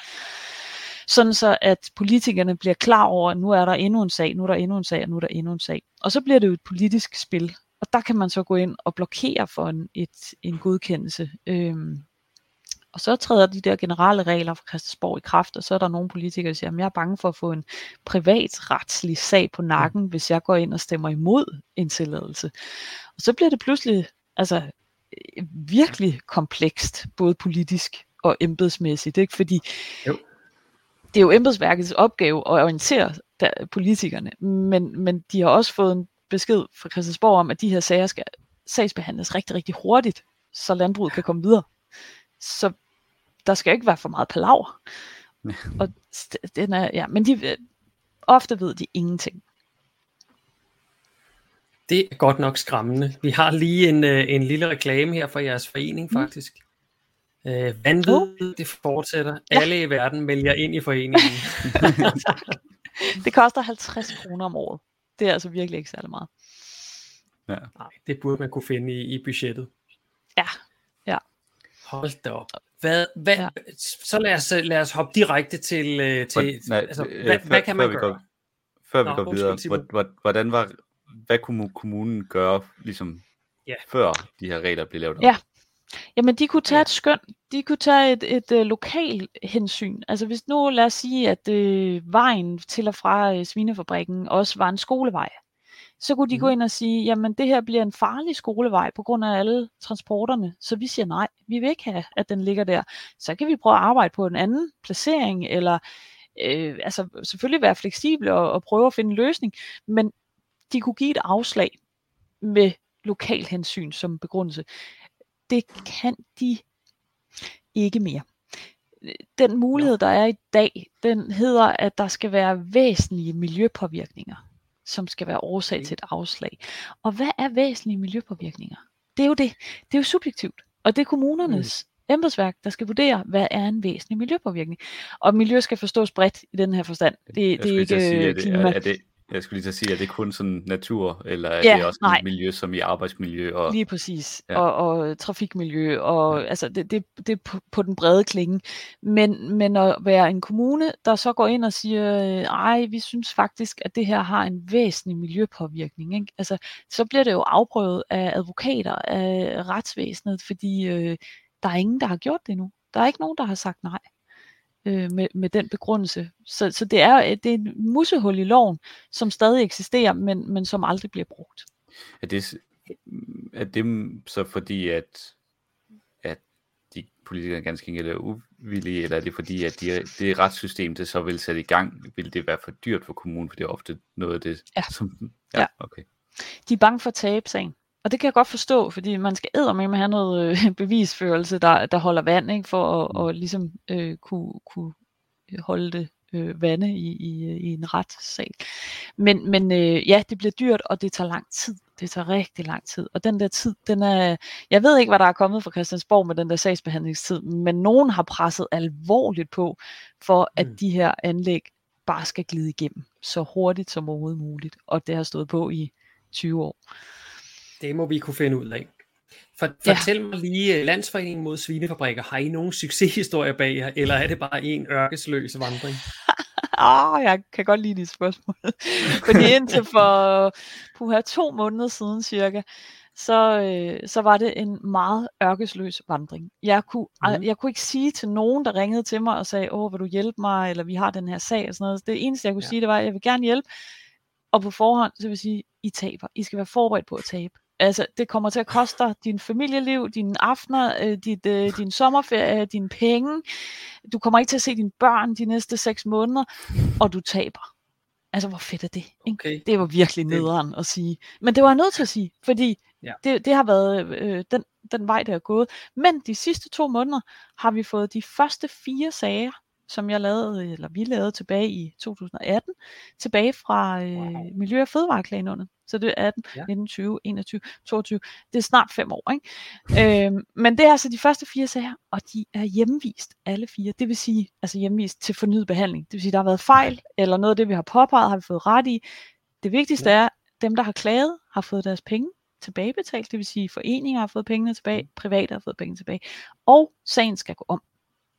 Sådan så, at politikerne bliver klar over, at nu er der endnu en sag, nu er der endnu en sag, og nu er der endnu en sag. Og så bliver det jo et politisk spil, og der kan man så gå ind og blokere for en, et, en godkendelse. Øhm, og så træder de der generelle regler fra Christiansborg i kraft, og så er der nogle politikere, der siger, at jeg er bange for at få en privatretslig sag på nakken, hvis jeg går ind og stemmer imod en tilladelse. Og så bliver det pludselig altså, virkelig komplekst, både politisk og embedsmæssigt, ikke? Fordi jo. Det er jo embedsværkets opgave at orientere der, politikerne, men, men de har også fået en besked fra Christiansborg om, at de her sager skal sagsbehandles rigtig, rigtig hurtigt, så landbruget kan komme videre. Så der skal ikke være for meget palaver. Ja. Og den er, ja, men de, ofte ved de ingenting. Det er godt nok skræmmende. Vi har lige en, en lille reklame her for jeres forening, faktisk. Mm. Øh, vanvid, det fortsætter. Ja. Alle i verden vælger ind i foreningen. Det koster halvtreds kroner om året. Det er altså virkelig ikke særlig meget. Ja. Nej, det burde man kunne finde i, i budgettet. Ja, ja. Hold da op. Hvad, hvad, ja. Så lad os, lad os hoppe direkte til, til nej, altså, hvad, før, hvad kan man før gøre? Vi går, før Nå, vi går videre, hvordan var, hvad kunne kommunen gøre, ligesom ja. før de her regler blev lavet om? Ja. Jamen, de kunne tage Ja. et skøn, de kunne tage et, et, et lokal hensyn. Altså hvis nu, lad os sige, at øh, vejen til og fra øh, svinefabrikken også var en skolevej, så kunne de mm. gå ind og sige, jamen det her bliver en farlig skolevej på grund af alle transporterne, så vi siger nej, vi vil ikke have, at den ligger der. Så kan vi prøve at arbejde på en anden placering, eller øh, altså selvfølgelig være fleksible og, og prøve at finde en løsning, men de kunne give et afslag med lokal hensyn som begrundelse. Det kan de ikke mere. Den mulighed, der er i dag, den hedder, at der skal være væsentlige miljøpåvirkninger, som skal være årsag okay. til et afslag. Og hvad er væsentlige miljøpåvirkninger? Det er jo det. Det er jo subjektivt. Og det er kommunernes mm. embedsværk, der skal vurdere, hvad er en væsentlig miljøpåvirkning. Og miljø skal forstås bredt i den her forstand. Det, det er ikke sige, er det, klima. Er, er det, jeg skulle lige til at sige, er det kun sådan natur, eller er ja, det også nej. miljø som i arbejdsmiljø? Og... Lige præcis, ja. og, og trafikmiljø, og ja. altså det, det, det er på, på den brede klinge. Men, men at være en kommune, der så går ind og siger, ej, vi synes faktisk, at det her har en væsentlig miljøpåvirkning, ikke? Altså, så bliver det jo afprøvet af advokater, af retsvæsenet, fordi øh, der er ingen, der har gjort det endnu. Der er ikke nogen, der har sagt nej. Med, med den begrundelse. Så, så det er det er en musehul i loven, som stadig eksisterer, men, men som aldrig bliver brugt. Er det, er det så fordi, at, at de politikere ganske enkelt er uvillige, eller er det fordi, at de, det retssystem, det så vil sætte i gang, vil det være for dyrt for kommunen, for det er ofte noget af det, ja. som... Ja, ja. Okay. De er bange for at tabe sagen. Og det kan jeg godt forstå, fordi man skal eddermame have noget øh, bevisførelse, der, der holder vand, ikke, for at mm. og ligesom øh, kunne, kunne holde det øh, vande i, i, i en retssal. Men, men øh, ja, det bliver dyrt, og det tager lang tid. Det tager rigtig lang tid. Og den der tid, den er... Jeg ved ikke, hvad der er kommet fra Christiansborg med den der sagsbehandlingstid, men nogen har presset alvorligt på, for at mm. de her anlæg bare skal glide igennem så hurtigt som overhovedet muligt. Og det har stået på i tyve år. Det må vi kunne finde ud af. For, fortæl ja. mig lige, Landsforeningen mod Svinefabrikker, har I nogen succeshistorier bag jer, eller er det bare en ørkesløs vandring? Åh, oh, jeg kan godt lide dit spørgsmål. Fordi indtil for puha, to måneder siden cirka, så, øh, så var det en meget ørkesløs vandring. Jeg kunne, mm. jeg kunne ikke sige til nogen, der ringede til mig og sagde, åh, vil du hjælpe mig, eller vi har den her sag og sådan noget. Det eneste, jeg kunne ja. sige, det var, jeg vil gerne hjælpe, og på forhånd, så vil jeg sige, I taber. I skal være forberedt på at tabe. Altså, det kommer til at koste dig din familieliv, dine aftener, øh, dit, øh, din sommerferie, dine penge. Du kommer ikke til at se dine børn de næste seks måneder, og du taber. Altså, hvor fedt er det? Ikke? Okay. Det var virkelig nederen at sige. Men det var jeg nødt til at sige, fordi ja. det, det har været øh, den, den vej, der er gået. Men de sidste to måneder har vi fået de første fire sager, som jeg lavede, eller vi lavede tilbage i to tusind og atten, tilbage fra øh, wow. Miljø- og Fødevareklagenævnet. Så det er atten, ja. nitten, tyve, enogtyve, toogtyve. Det er snart fem år, ikke? øhm, men det er altså de første fire sager, og de er hjemvist, alle fire. Det vil sige, altså hjemvist til fornyet behandling. Det vil sige, der har været fejl, eller noget af det, vi har påpeget, har vi fået ret i. Det vigtigste ja. er, dem, der har klaget, har fået deres penge tilbagebetalt. Det vil sige, foreninger har fået pengene tilbage, private har fået penge tilbage, og sagen skal gå om.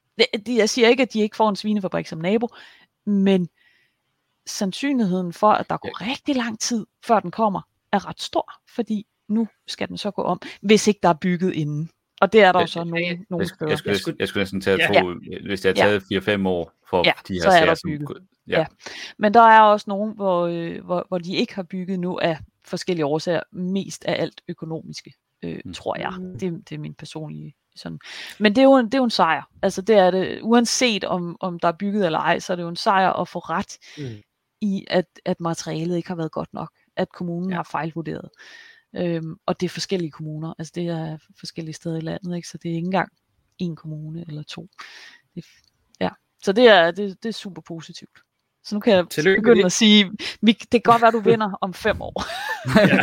Jeg siger ikke, at de ikke får en svinefabrik som nabo, men sandsynligheden for, at der går ja. rigtig lang tid, før den kommer, er ret stor, fordi nu skal den så gå om, hvis ikke der er bygget inden. Og det er der jo så nogle, nogle steder. Jeg, jeg, jeg, jeg skulle næsten tage ja. to, hvis det har taget ja. fire fem år for ja, de her så er sager. Der som, ja. Ja. Men der er også nogle, hvor, øh, hvor, hvor de ikke har bygget nu af forskellige årsager, mest af alt økonomiske, øh, mm. tror jeg. Det, det er min personlige sådan. Men det er, jo en, det er jo en sejr. Altså det er det, uanset om, om der er bygget eller ej, så er det jo en sejr at få ret mm. i, at, at materialet ikke har været godt nok. At kommunen ja. har fejlvurderet. Øhm, og det er forskellige kommuner. Altså det er forskellige steder i landet, ikke? Så det er ikke engang en kommune eller to. Det, ja. Så det er, det, det er super positivt. Så nu kan jeg Tillykke begynde at sige, det kan godt være, du vinder om fem år. Ja.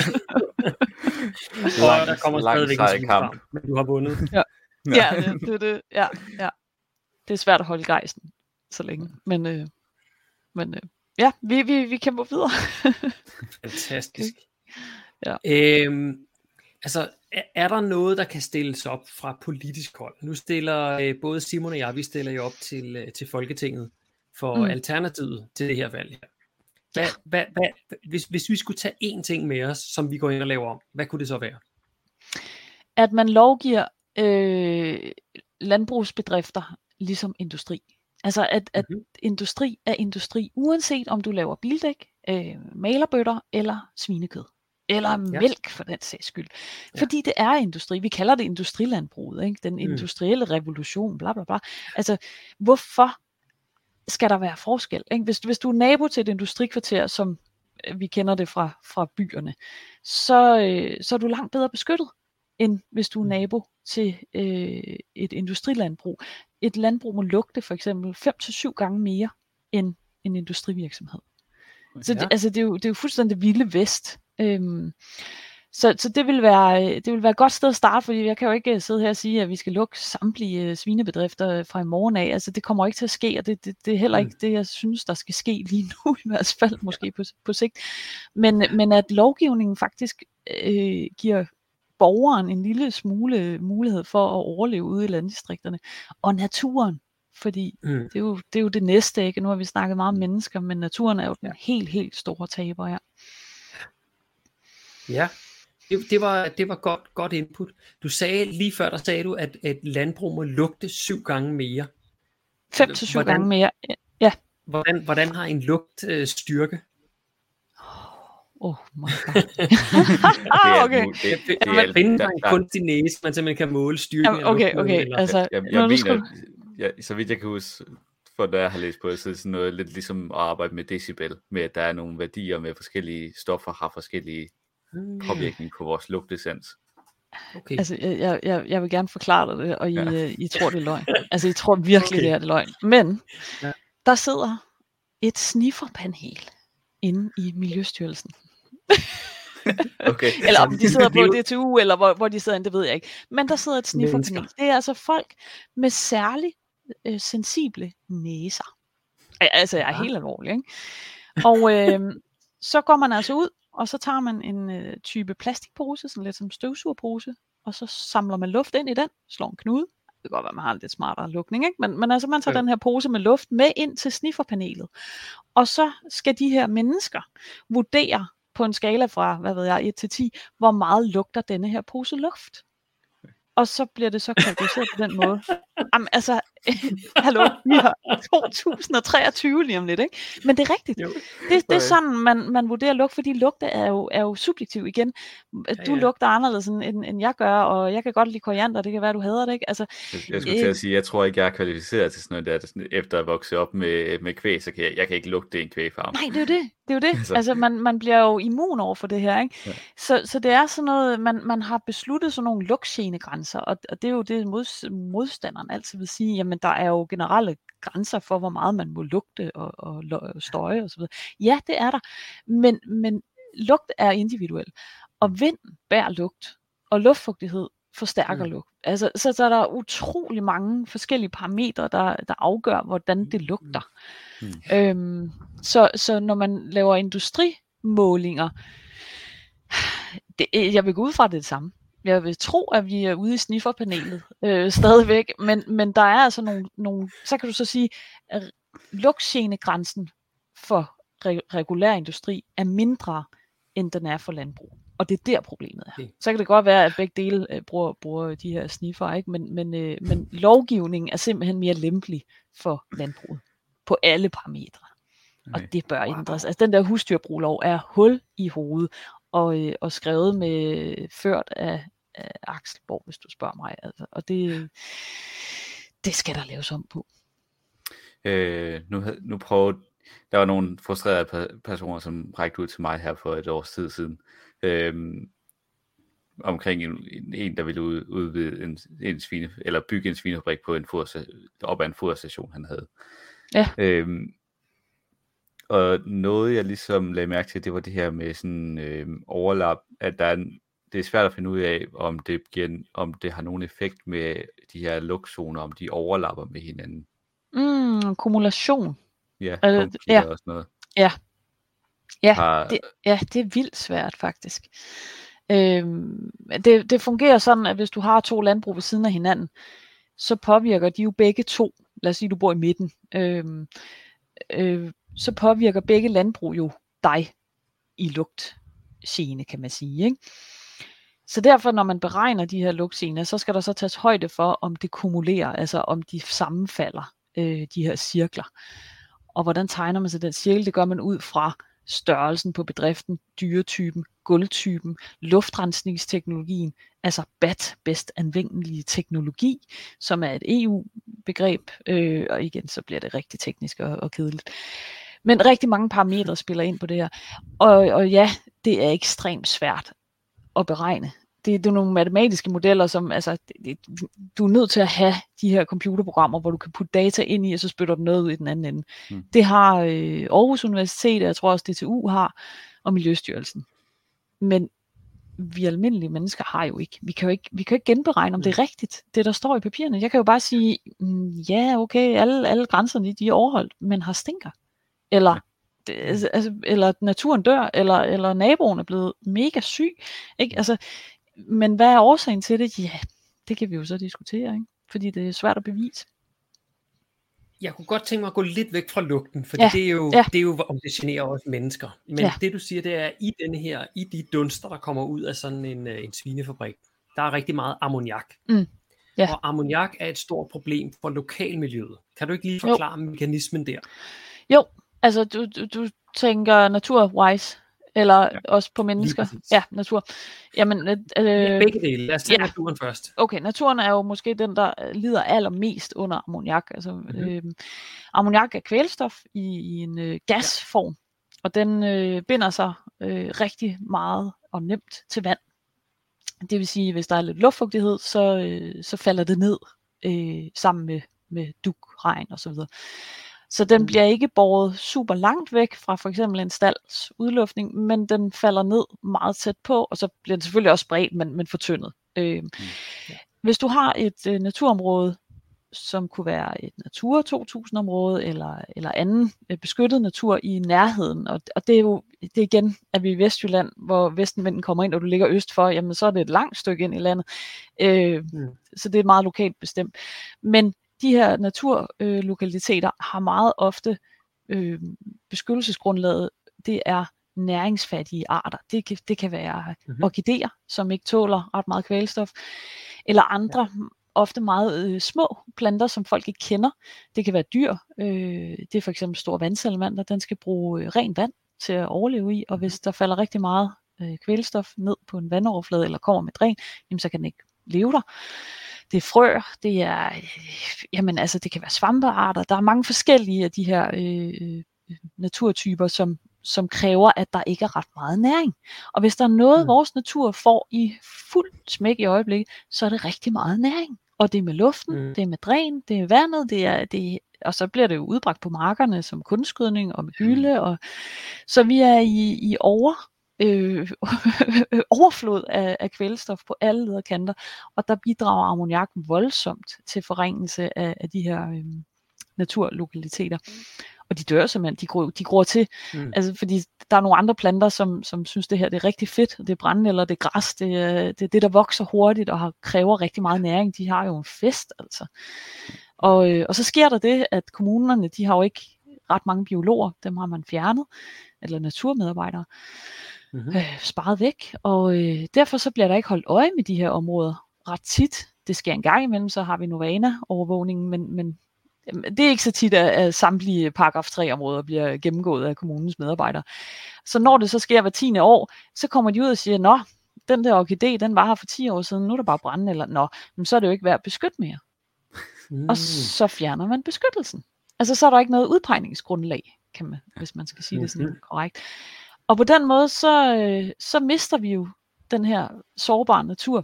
Og der kommer stadigvæk en kamp, men du har vundet. Ja, ja, det, det, det, ja, ja. Det er svært at holde gejsten så længe. Men, øh, men øh, ja, vi, vi, vi kæmper videre. Fantastisk. Ja. Øhm, altså, er, er der noget, der kan stilles op fra politisk hold? Nu stiller øh, både Simon og jeg, vi stiller jo op til, øh, til Folketinget for mm. alternativet til det her valg her. Hvad, hvad, hvad, hvis, hvis vi skulle tage én ting med os, som vi går ind og laver om, hvad kunne det så være? At man lovgiver øh, landbrugsbedrifter ligesom industri. Altså at, at Mhm. industri er industri, uanset om du laver bildæk, øh, malerbøtter eller svinekød. Eller Ja. mælk for den sags skyld. Ja. Fordi det er industri. Vi kalder det industrilandbruget, ikke? Den Mm. industrielle revolution, bla bla bla. Altså, hvorfor skal der være forskel? Ikke? Hvis, hvis du er nabo til et industrikvarter, som øh, vi kender det fra, fra byerne, så, øh, så er du langt bedre beskyttet, end hvis du er Mm. nabo til øh, et industrilandbrug. Et landbrug må lugte for eksempel fem til syv gange mere end en industrivirksomhed. Så det, Ja. altså, det, er jo, det er jo fuldstændig vilde vest. Øhm, så, så det vil være det vil være et godt sted at starte, fordi jeg kan jo ikke sidde her og sige, at vi skal lukke samtlige svinebedrifter fra i morgen af. Altså det kommer ikke til at ske, og det, det, det er heller ikke det, jeg synes, der skal ske lige nu i hvert fald, måske på, på sigt. Men, men at lovgivningen faktisk øh, giver borgeren en lille smule mulighed for at overleve ude i landdistrikterne, og naturen. Fordi Mm. det er, jo, det er jo det næste, ikke? Nu har vi snakket meget om mennesker, men naturen er jo den Ja. helt, helt store taber, ja. Ja, det, det var, det var godt, godt input. Du sagde lige før, der sagde du, at et landbrug må lugte syv gange mere. Fem til syv Hvordan- gange mere. Ja. Hvordan, hvordan har en lugt øh, styrke? Oh my god. Det er okay. nu- det- det Det er- er, findes der- der en der- kunstig næse, man simpelthen kan måle styrken Jamen, okay, lugten, okay, eller- altså, Jeg, jeg, nu jeg er du mener, sgu- jeg, så vidt jeg kan huske, for da jeg har læst på det, så er det sådan noget lidt ligesom at arbejde med decibel, med at der er nogle værdier med forskellige stoffer, har forskellige Hmm, påvirkning på vores lugtesans. okay. Altså, jeg, jeg- jeg, jeg vil gerne forklare dig det, og I, Ja. ja. I tror, det er løgn. Altså, I tror virkelig, Okay. det er det løgn. Men, Ja. ja. der sidder et snifferpanel inde i Miljøstyrelsen. Okay. Eller om de sidder det er på jo- D T U, eller hvor, hvor de sidder, det ved jeg ikke. Men der sidder et snifferpanel. Mennesker. Det er altså folk med særlig øh, sensible næser. Al- Altså, jeg er Ja. helt alvorlig, ikke? Og øh, så går man altså ud, og så tager man en øh, type plastikpose, sådan lidt som støvsugerpose, og så samler man luft ind i den, slår en knude. Det kan godt være, man har en lidt smartere lukning, ikke? Men, men altså, man tager Ja. den her pose med luft med ind til snifferpanelet. Og så skal de her mennesker vurdere på en skala fra, hvad ved jeg, et til ti, hvor meget lugter denne her pose luft. Og så bliver det så kategoriseret på den måde. Jamen, altså, hallo, vi har to tusind og treogtyve lige om lidt, ikke? Men det er rigtigt. Jo. Det, det er Okay. sådan, man, man vurderer lugt, fordi lugte er jo, er jo subjektiv igen. Du ja. lugter anderledes, end, end, end jeg gør, og jeg kan godt lide koriander, det kan være, du hader det, ikke? Altså, Jeg, jeg skulle til at sige, jeg tror ikke, jeg er kvalificeret til sådan noget der, det er sådan, efter at vokse op med, med kvæg, så kan jeg, jeg kan ikke lugte en kvægfarm. nej, det er jo det. Det er jo det. Altså. Altså, man, man bliver jo immun over for det her, ikke? Ja. Så, så det er sådan noget, man, man har besluttet sådan nogle lugtgenegrænser, og, og det er jo det, mod, modstanderen altid vil sige, jamen der er jo generelle grænser for, hvor meget man må lugte og, og, og støje osv. Ja, det er der, men, men lugt er individuel, og vind bærer lugt, og luftfugtighed forstærker Mm. lugt. Altså, så, så er der utrolig mange forskellige parametre, der, der afgør, hvordan det lugter. Mm. Øhm, så, så når man laver industrimålinger, det, jeg vil gå ud fra det, det samme. Jeg vil tro, at vi er ude i snifferpanelet øh, stadigvæk, men, men der er altså nogle, nogle, så kan du så sige, at lugtgenegrænsen for re- regulær industri er mindre, end den er for landbrug. Og det er der problemet er. Okay. Så kan det godt være, at begge dele øh, bruger, bruger de her sniffer, ikke? Men, men, øh, men lovgivningen er simpelthen mere lempelig for landbruget på alle parametre. Okay. Og det bør ændres. Altså den der husdyrbruglov er hul i hovedet, og, øh, og skrevet med ført af, af Axel Borg, hvis du spørger mig. Altså. Og det, det skal der laves om på. Øh, nu, havde- nu prøvede, der var nogle frustrerede pe- personer, som rækte ud til mig her for et års tid siden, øhm, omkring en, en- en, der ville ud, udvide en, en svine, eller bygge en svinefabrik på en foder, op ad en foderstation, han havde. Ja. Øhm, og noget, jeg ligesom lagde mærke til, det var det her med sådan øhm, overlap, at der er en, det er svært at finde ud af, om det, giver, en- om det har nogen effekt med de her lugtzoner, om de overlapper med hinanden. Mm, kumulation. Ja, Øh, konflikter ja. og sådan noget. Ja, ja, Har, det, ja, det er vildt svært faktisk. Øhm, det, det fungerer sådan, at hvis du har to landbrug ved siden af hinanden, så påvirker de jo begge to, lad os sige, du bor i midten, øhm, øh, så påvirker begge landbrug jo dig i lugtgene, kan man sige, ikke? Så derfor, når man beregner de her lugtgener, så skal der så tages højde for, om det kumulerer, altså om de sammenfalder, øh, de her cirkler. Og hvordan tegner man så den cirkel? Det gør man ud fra størrelsen på bedriften, dyretypen, gulvtypen, luftrensningsteknologien, altså B A T, bedst anvendelige teknologi, som er et E U-begreb, øh, og igen, så bliver det rigtig teknisk og, og kedeligt. Men rigtig mange parametre spiller ind på det her, og, og ja, det er ekstremt svært at beregne. Det, det er nogle matematiske modeller, som altså, det, det, du er nødt til at have de her computerprogrammer, hvor du kan putte data ind i, og så spytter du noget ud i den anden ende. Mm. Det har øh, Aarhus Universitet, og jeg tror også D T U har, og Miljøstyrelsen. Men vi almindelige mennesker har jo ikke. Vi kan jo ikke, vi kan jo ikke genberegne, om det er rigtigt, det der står i papirerne. Jeg kan jo bare sige, mm, ja, okay, alle, alle grænserne, de er overholdt, men har stinker. Eller, det, altså, eller naturen dør, eller, eller naboen er blevet mega syg. Ikke? Altså, men hvad er årsagen til det? Ja, det kan vi jo så diskutere, ikke? Fordi det er svært at bevise. Jeg kunne godt tænke mig at gå lidt væk fra lugten, for ja, det, er jo, ja. det er jo, om det generer også mennesker. Men ja. det du siger, det er, i denne her, i de dunster, der kommer ud af sådan en, en svinefabrik, der er rigtig meget ammoniak. Mm. Ja. Og ammoniak er et stort problem for lokalmiljøet. Kan du ikke lige forklare jo. mekanismen der? Jo, altså du, du, du tænker natur-wise, eller ja. også på mennesker. Ja, natur. Jamen, øh, ja, begge dele. Lad os tage ja. naturen først. Okay, naturen er jo måske den, der lider allermest under ammoniak. Altså, mm-hmm. øh, ammoniak er kvælstof i, i en øh, gasform, ja. og den øh, binder sig øh, rigtig meget og nemt til vand. Det vil sige, hvis der er lidt luftfugtighed, så, øh, så falder det ned øh, sammen med, med dug, regn osv. Så den bliver ikke båret super langt væk fra for eksempel en stalds udluftning, men den falder ned meget tæt på, og så bliver den selvfølgelig også spredt, men, men fortyndet. Øh, mm. ja. Hvis du har et øh, naturområde, som kunne være et Natura to tusind område, eller, eller anden øh, beskyttet natur i nærheden, og, og det er jo det er igen, at vi er i Vestjylland, hvor vestenvinden kommer ind, og du ligger øst for, jamen så er det et langt stykke ind i landet. Øh, mm. Så det er meget lokalt bestemt. Men de her naturlokaliteter øh, har meget ofte øh, beskyttelsesgrundlaget, det er næringsfattige arter. Det kan, det kan være mm-hmm. orkideer, som ikke tåler ret meget kvælstof, eller andre, ja. ofte meget øh, små planter, som folk ikke kender. Det kan være dyr. Øh, det er for eksempel stor vandsalamander, den skal bruge øh, rent vand til at overleve i, og mm-hmm. hvis der falder rigtig meget øh, kvælstof ned på en vandoverflade, eller kommer med dræn, jamen, så kan den ikke leve der. Det er frøer, det er, jamen altså det kan være svampearter, der er mange forskellige af de her øh, naturtyper, som, som kræver, at der ikke er ret meget næring. Og hvis der er noget, mm. vores natur får i fuld smæk i øjeblikket, så er det rigtig meget næring. Og det er med luften, mm. det er med dræn, det er vandet, det er, det er, og så bliver det jo udbragt på markerne som kunstgødning og med gylde. Og, så vi er i, i over... Øh, overflod af, af kvælstof på alle lederkanter, og der bidrager ammoniak voldsomt til forringelse af, af de her øh, naturlokaliteter. Og de dør simpelthen, de gror, de gror til, mm. altså fordi der er nogle andre planter, som, som synes det her det er rigtig fedt, det er brændenælder, det er græs, det er, det er det, der vokser hurtigt og har, kræver rigtig meget næring, de har jo en fest altså. Og, øh, og så sker der det, at kommunerne, de har jo ikke ret mange biologer, dem har man fjernet, eller naturmedarbejdere, Mm-hmm. Øh, sparet væk, og øh, derfor så bliver der ikke holdt øje med de her områder ret tit. Det sker en gang imellem, så har vi Novana-overvågningen, men, men det er ikke så tit, at, at samtlige paragraf tre områder bliver gennemgået af kommunens medarbejdere. Så når det så sker hver tiende år, så kommer de ud og siger, nå, den der orkidé, den var her for ti år siden, nu er der bare brænde, eller nå, men så er det jo ikke værd at beskytte mere. Mm. Og så fjerner man beskyttelsen. Altså så er der ikke noget udpegningsgrundlag, kan man, hvis man skal sige mm-hmm. det sådan korrekt. Og på den måde, så, øh, så mister vi jo den her sårbare natur.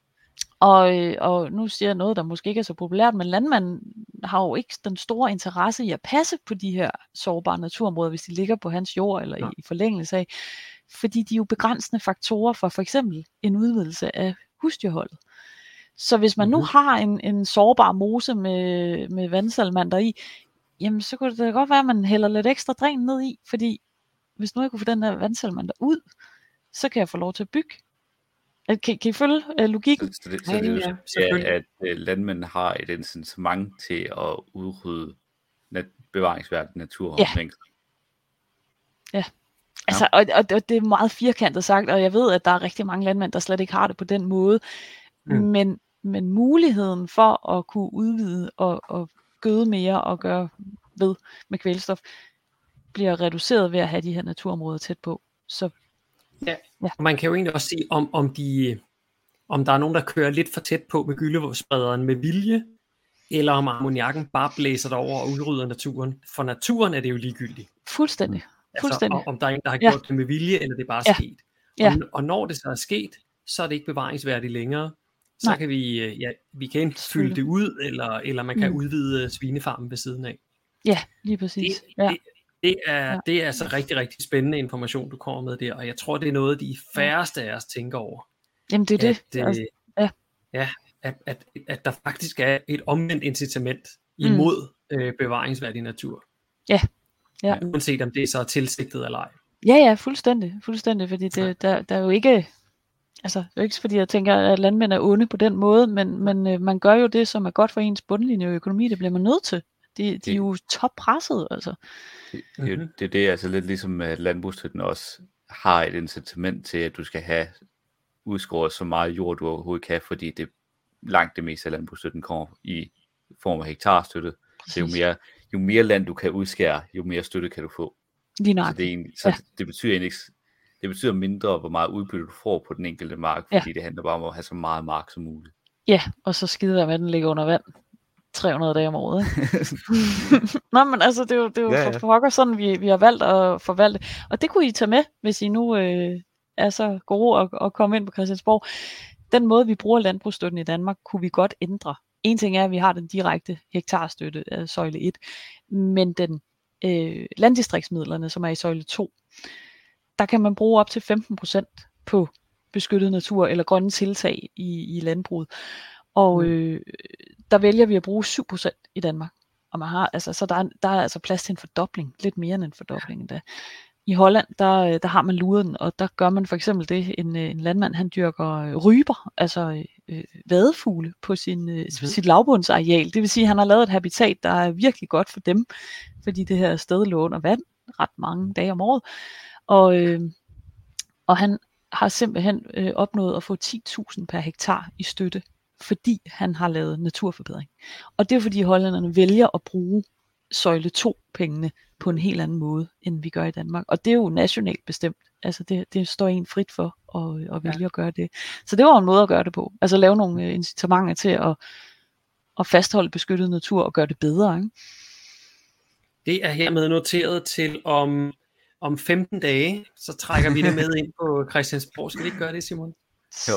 Og, øh, og nu siger jeg noget, der måske ikke er så populært, men landmanden har jo ikke den store interesse i at passe på de her sårbare naturområder, hvis de ligger på hans jord eller ja. i, i forlængelse af. Fordi de er jo begrænsende faktorer for for eksempel en udvidelse af husdyrholdet. Så hvis man mm-hmm. nu har en, en sårbar mose med, med vandsalamander i, jamen så kunne det da godt være, at man hælder lidt ekstra dræn ned i, fordi hvis nu jeg kunne få den der vandsalamander ud, så kan jeg få lov til at bygge. Kan, kan I følge uh, logikken? Så, så det, så det er jo ja, at uh, landmænd har et incitament til at udrydde nat- bevaringsværdig natur. Ja. Ja, Altså, og, og, og det er meget firkantet sagt, og jeg ved, at der er rigtig mange landmænd, der slet ikke har det på den måde. Mm. Men, men muligheden for at kunne udvide og, og gøde mere og gøre ved med kvælstof, bliver reduceret ved at have de her naturområder tæt på. Så, ja. Ja. Man kan jo egentlig også se, om, om, de, om der er nogen, der kører lidt for tæt på med gyllevådsprederen med vilje, eller om ammoniakken bare blæser derover og udrydder naturen. For naturen er det jo ligegyldigt. Fuldstændig. Fuldstændig. Altså, om der er en, der har gjort ja. det med vilje, eller det er bare ja. sket. Ja. Og, og når det så er sket, så er det ikke bevaringsværdigt længere. Så Nej. kan vi, ja, vi kan enten fylde det ud, eller, eller man kan mm. udvide svinefarmen ved siden af. Ja, lige præcis. Det, ja. det, det, er, ja. det er altså rigtig, rigtig spændende information, du kommer med der, og jeg tror, det er noget, de færreste af os tænker over. Jamen det er at, det. Altså, ja. Ja, at, at, at der faktisk er et omvendt incitament imod mm. øh, bevaringsværdig natur. Ja. ja. Uanset om det så er tilsigtet eller ej. Ja, ja, fuldstændig. Fuldstændig, fordi det, ja. der, der er jo ikke... Altså, det er ikke fordi jeg tænker, at landmænd er onde på den måde, men, men øh, man gør jo det, som er godt for ens bundlinje og økonomi, det bliver man nødt til. De, de det, er jo toppresset, altså. Det, det, er, det er det, altså lidt ligesom, at landbrugsstøtten også har et incitament til, at du skal have udskåret så meget jord, du overhovedet kan, fordi det langt det meste af landbrugsstøtten kommer i form af hektarstøtte. Så jo mere, jo mere land du kan udskære, jo mere støtte kan du få. Lige nok. Så, det, er egentlig, så ja. det betyder egentlig ikke, det betyder mindre, hvor meget udbytte du får på den enkelte mark, fordi ja. det handler bare om at have så meget mark som muligt. Ja, og så skider jeg med, at den ligger under vand tre hundrede dage om året. Nå, men altså, det er jo, det er jo ja, ja. for pokker sådan, vi, vi har valgt at forvalte. Og det kunne I tage med, hvis I nu øh, er så gode at, at komme ind på Christiansborg. Den måde, vi bruger landbrugsstøtten i Danmark, kunne vi godt ændre. En ting er, at vi har den direkte hektarstøtte af søjle et, men den øh, landdistriktsmidlerne, som er i søjle to, der kan man bruge op til femten procent på beskyttet natur eller grønne tiltag i, i landbruget. Og øh, der vælger vi at bruge syv procent i Danmark. Og man har, altså, så der er, der er altså plads til en fordobling, lidt mere end en fordobling endda. I Holland, der, der har man luden, og der gør man for eksempel det, en, en landmand, han dyrker ryber, altså øh, vadefugle på sin, øh, mm-hmm. sit lavbundsareal. Det vil sige, at han har lavet et habitat, der er virkelig godt for dem, fordi det her sted lå under vand ret mange dage om året. Og, øh, og han har simpelthen øh, opnået at få ti tusind per hektar i støtte, fordi han har lavet naturforbedring. Og det er fordi hollænderne vælger at bruge søjle to pengene på en helt anden måde, end vi gør i Danmark. Og det er jo nationalt bestemt. Altså det, det står en frit for at, at vælge ja. at gøre det. Så det var en måde at gøre det på. Altså lave nogle incitamenter til at, at fastholde beskyttet natur og gøre det bedre. Ikke? Det er hermed noteret til om, om femten dage, så trækker vi det med ind på Christiansborg. Skal vi ikke gøre det, Simon? Jo.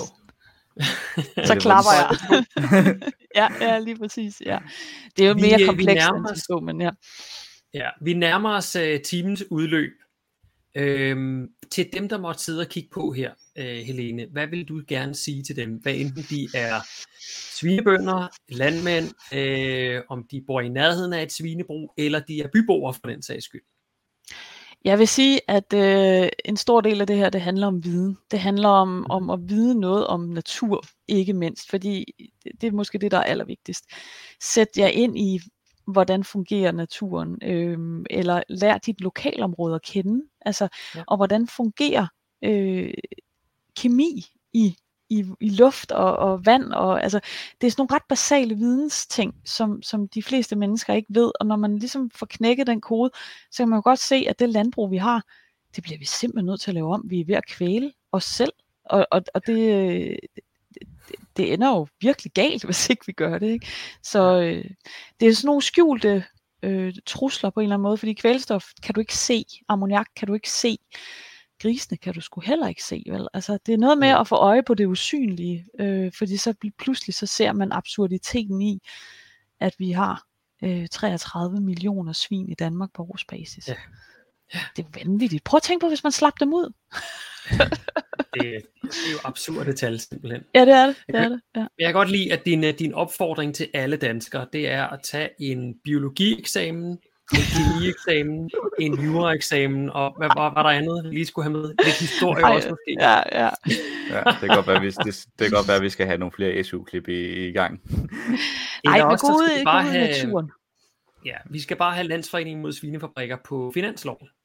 Så klapper jeg. ja, ja, lige præcis. Ja. Det er jo vi, mere komplekst end det så, men ja. Ja, vi nærmer os uh, timens udløb. Øhm, til dem, der måtte sidde og kigge på her, uh, Helene, hvad vil du gerne sige til dem? Hvad enten de er svinebønder, landmænd, uh, om de bor i nærheden af et svinebrug, eller de er byboere for den sags skyld. Jeg vil sige, at øh, en stor del af det her, det handler om viden. Det handler om, om at vide noget om natur, ikke mindst, fordi det er måske det, der er allervigtigst. Sæt jer ind i, hvordan fungerer naturen, øh, eller lær dit lokalområde at kende, altså, ja. og hvordan fungerer øh, kemi i I, i luft og, og vand, og altså, det er sådan nogle ret basale vidensting, som, som de fleste mennesker ikke ved, og når man ligesom får knækket den kode, så kan man jo godt se, at det landbrug vi har, det bliver vi simpelthen nødt til at lave om. Vi er ved at kvæle os selv, og, og, og det, det, det ender jo virkelig galt, hvis ikke vi gør det, ikke? Så øh, det er sådan nogle skjulte øh, trusler på en eller anden måde, fordi kvælstof kan du ikke se, ammoniak kan du ikke se, grisene kan du sgu heller ikke se, vel? Altså, det er noget med at få øje på det usynlige, øh, fordi så pludselig så ser man absurditeten i, at vi har øh, treogtredive millioner svin i Danmark på årsbasis. Ja. Ja. Det er vanvittigt. Prøv at tænke på, hvis man slap dem ud. det, det er jo absurde tal, simpelthen. Ja, det er det. Jeg det, kan, er det. Ja. Jeg kan godt lide, at din, din opfordring til alle danskere, det er at tage en biologieksamen, en kemieksamen, en juraeksamen, og hvad var, var der andet, vi lige skulle have med? Lidt historie Ej, også måske. Ja, ja. ja det kan godt være, hvis det, det kan godt være, at vi skal have nogle flere S U-klip i, i gang. Nej, men gå ud i naturen. Ja, vi skal bare have Landsforeningen mod Svinefabrikker på finansloven.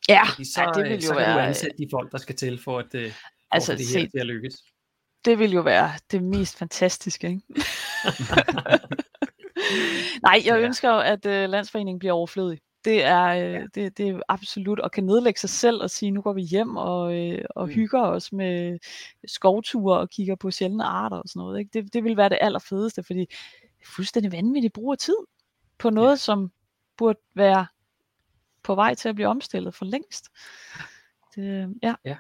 Ja, Fordi så, ja, det vil jo så kan være... du ansætte de folk, der skal til for at, for altså, at det her til at lykkes. Det vil jo være det mest fantastiske, ikke? Nej, jeg ja. ønsker jo, at uh, Landsforeningen bliver overflødig. Det er, øh, ja. det, det er absolut, og kan nedlægge sig selv og sige, nu går vi hjem og, øh, og mm. hygger os med skovture og kigger på sjældne arter og sådan noget. Ikke? Det, det vil være det allerfedeste, fordi det er fuldstændig vanvittigt brug af tid på noget, ja. som burde være på vej til at blive omstillet for længst. Det, ja. ja.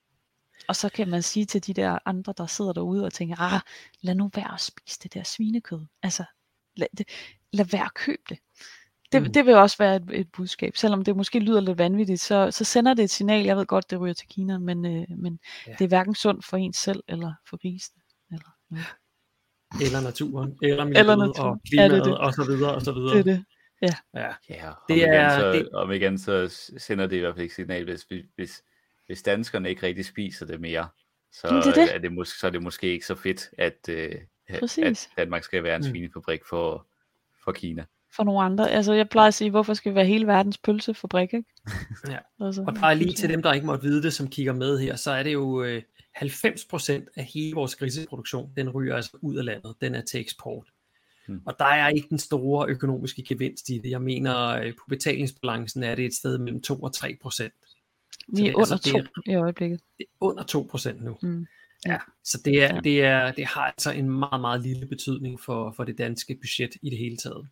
Og så kan man sige til de der andre, der sidder derude og tænker, ah, lad nu være at spise det der svinekød. Altså, lad, det, lad være at købe det. Det, mm. det vil også være et, et budskab. Selvom det måske lyder lidt vanvittigt, så, så sender det et signal. Jeg ved godt, det ryger til Kina, men, øh, men ja. det er hverken sundt for ens selv, eller for grisene. Eller, ja. eller naturen, eller miljøet, naturen. Og klimaet, ja, det det. og så videre, og så videre. Det er det. Ja. ja. ja om, det er, igen, så, det... om igen, så sender det i hvert fald ikke signal, hvis, hvis, hvis danskerne ikke rigtig spiser det mere, så, det er, det. Er, det mås- så er det måske ikke så fedt, at, øh, at Danmark skal være en mm. svinefabrik for, for Kina. For nogle andre. Altså, jeg plejer at sige, hvorfor skal vi være hele verdens pølsefabrik, ikke? Ja. Altså, og bare lige til dem, der ikke måtte vide det, som kigger med her, så er det jo øh, halvfems procent af hele vores griseproduktion, den ryger altså ud af landet. Den er til eksport. Hmm. Og der er ikke den store økonomiske gevinst i det. Jeg mener, øh, på betalingsbalancen er det et sted mellem to og tre procent. Vi er det, under altså, to det er, i øjeblikket. Det er under to procent nu. Mm. Ja, så det, er, ja. det, er, det har altså en meget, meget lille betydning for, for det danske budget i det hele taget.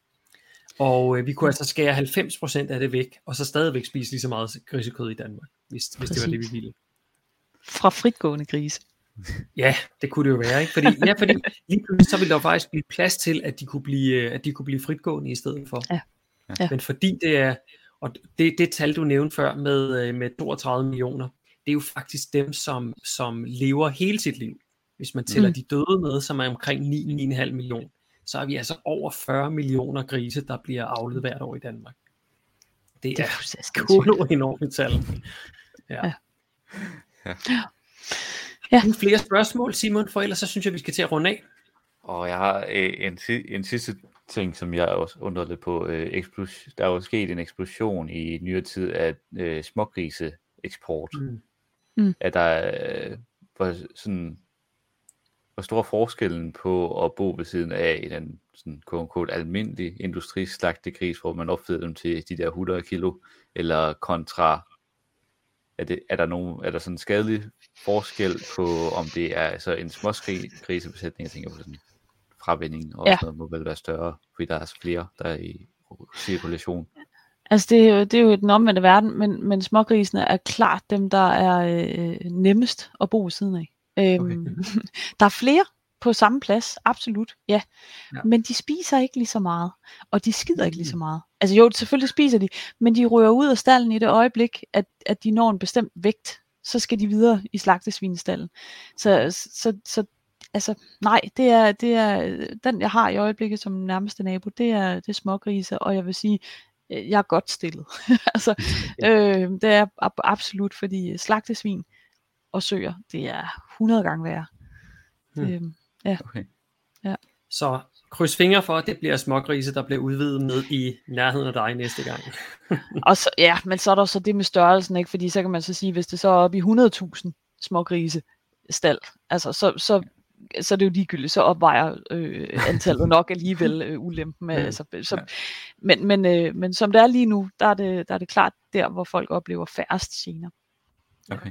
Og øh, vi kunne altså skære halvfems procent af det væk, og så stadigvæk spise lige så meget grisekød i Danmark, hvis, hvis det var det, vi ville. Fra fritgående grise. Ja, det kunne det jo være, ikke? Fordi, ja, fordi lige pludselig så ville der jo faktisk blive plads til, at de kunne blive, at de kunne blive fritgående i stedet for. Ja. Ja. Men fordi det er, og det, det tal du nævnte før med, med toogtredive millioner, det er jo faktisk dem, som, som lever hele sit liv. Hvis man tæller mm. de døde med, som er omkring ni til ni komma fem millioner, så er vi altså over fyrre millioner grise, der bliver avlet hvert år i Danmark. Det, det er, er kun enormt tal. Ja. Ja. Ja. Ja. Nu flere spørgsmål, Simon, for ellers så synes jeg, vi skal til at runde af. Og jeg har øh, en, en sidste ting, som jeg også undrede lidt på. Øh, eksplos- der er jo sket en eksplosion i nyere tid af øh, smågriseeksport. Mm. Mm. At der øh, var sådan... Hvor stor forskellen på at bo ved siden af en sådan quote-unquote almindelig industrislagtegris, hvor man opfeder dem til de der hundrede kilo, eller kontra, er, det, er der nogen, er der sådan en skadelig forskel på, om det er altså en smågrisebesætning, jeg tænker på sådan fravinding, og ja. Sådan noget må vel være større, fordi der er altså flere, der er i cirkulation. Altså det er jo, det er jo den omvendte verden, men, men smågrisene er klart dem, der er øh, nemmest at bo ved siden af. Øhm, okay. Der er flere på samme plads, absolut, ja. ja. Men de spiser ikke lige så meget, og de skider ikke lige så meget. Altså jo, selvfølgelig spiser de, men de ryger ud af stallen i det øjeblik, at, at de når en bestemt vægt, så skal de videre i slagtesvinestallen. Så, så, så altså, nej, det er, det er den, jeg har i øjeblikket som nærmeste nabo, det er, det er smågrise, og jeg vil sige, jeg er godt stillet. altså, øh, det er absolut, fordi slagtesvin og søer, det er hundrede gange værre. Hmm. Øhm, ja. Okay. Ja. Så kryds fingre for, at det bliver smågrise, der bliver udvidet med i nærheden af dig næste gang. Og så, ja, men så er der så det med størrelsen, ikke? Fordi så kan man så sige, hvis det så er oppe i hundrede tusind smågrise stald, altså så, så, så er det jo ligegyldigt, så opvejer øh, antallet nok alligevel øh, ulempen. Med, altså, så, ja. men, men, øh, men som det er lige nu, der er det, der er det klart der, hvor folk oplever færrest gener. Okay.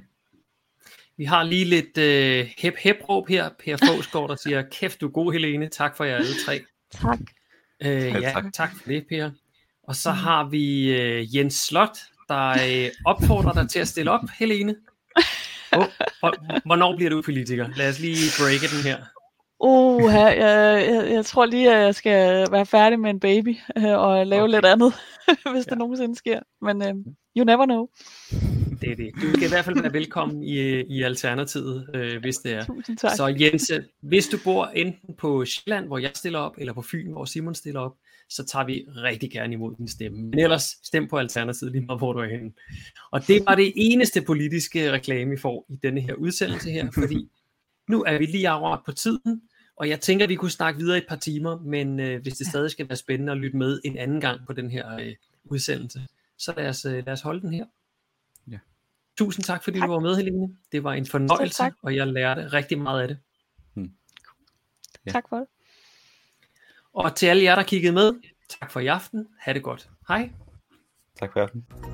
Vi har lige lidt øh, hep-hep-råb her. Per Fogsgaard, der siger, kæft du er god, Helene. Tak for jer alle tre. Tak. Øh, ja, ja tak. tak for det, Per. Og så har vi øh, Jens Slot, der øh, opfordrer dig til at stille op, Helene. Oh, hvornår bliver du politiker? Lad os lige breake den her. Uh, jeg, jeg, jeg tror lige, at jeg skal være færdig med en baby øh, og lave okay. lidt andet, hvis ja. det nogensinde sker. Men øh, you never know. Det er det. Du skal i hvert fald være velkommen i, i Alternativet, øh, hvis det er. Tusind tak. Så Jens, hvis du bor enten på Sjælland, hvor jeg stiller op, eller på Fyn, hvor Simon stiller op, så tager vi rigtig gerne imod din stemme. Men ellers stem på Alternativet, lige meget hvor du er henne. Og det var det eneste politiske reklame, vi får i denne her udsendelse her, fordi nu er vi lige akkurat på tiden, og jeg tænker, at vi kunne snakke videre et par timer, men øh, hvis det stadig skal være spændende at lytte med en anden gang på den her øh, udsendelse, så lad os, øh, lad os holde den her. tusind tak, fordi tak. du var med, Helene. Det var en fornøjelse, og jeg lærte rigtig meget af det. Hmm. Ja. Tak for det. Og til alle jer, der kiggede med, tak for i aften. Ha' det godt. Hej. Tak for i aften.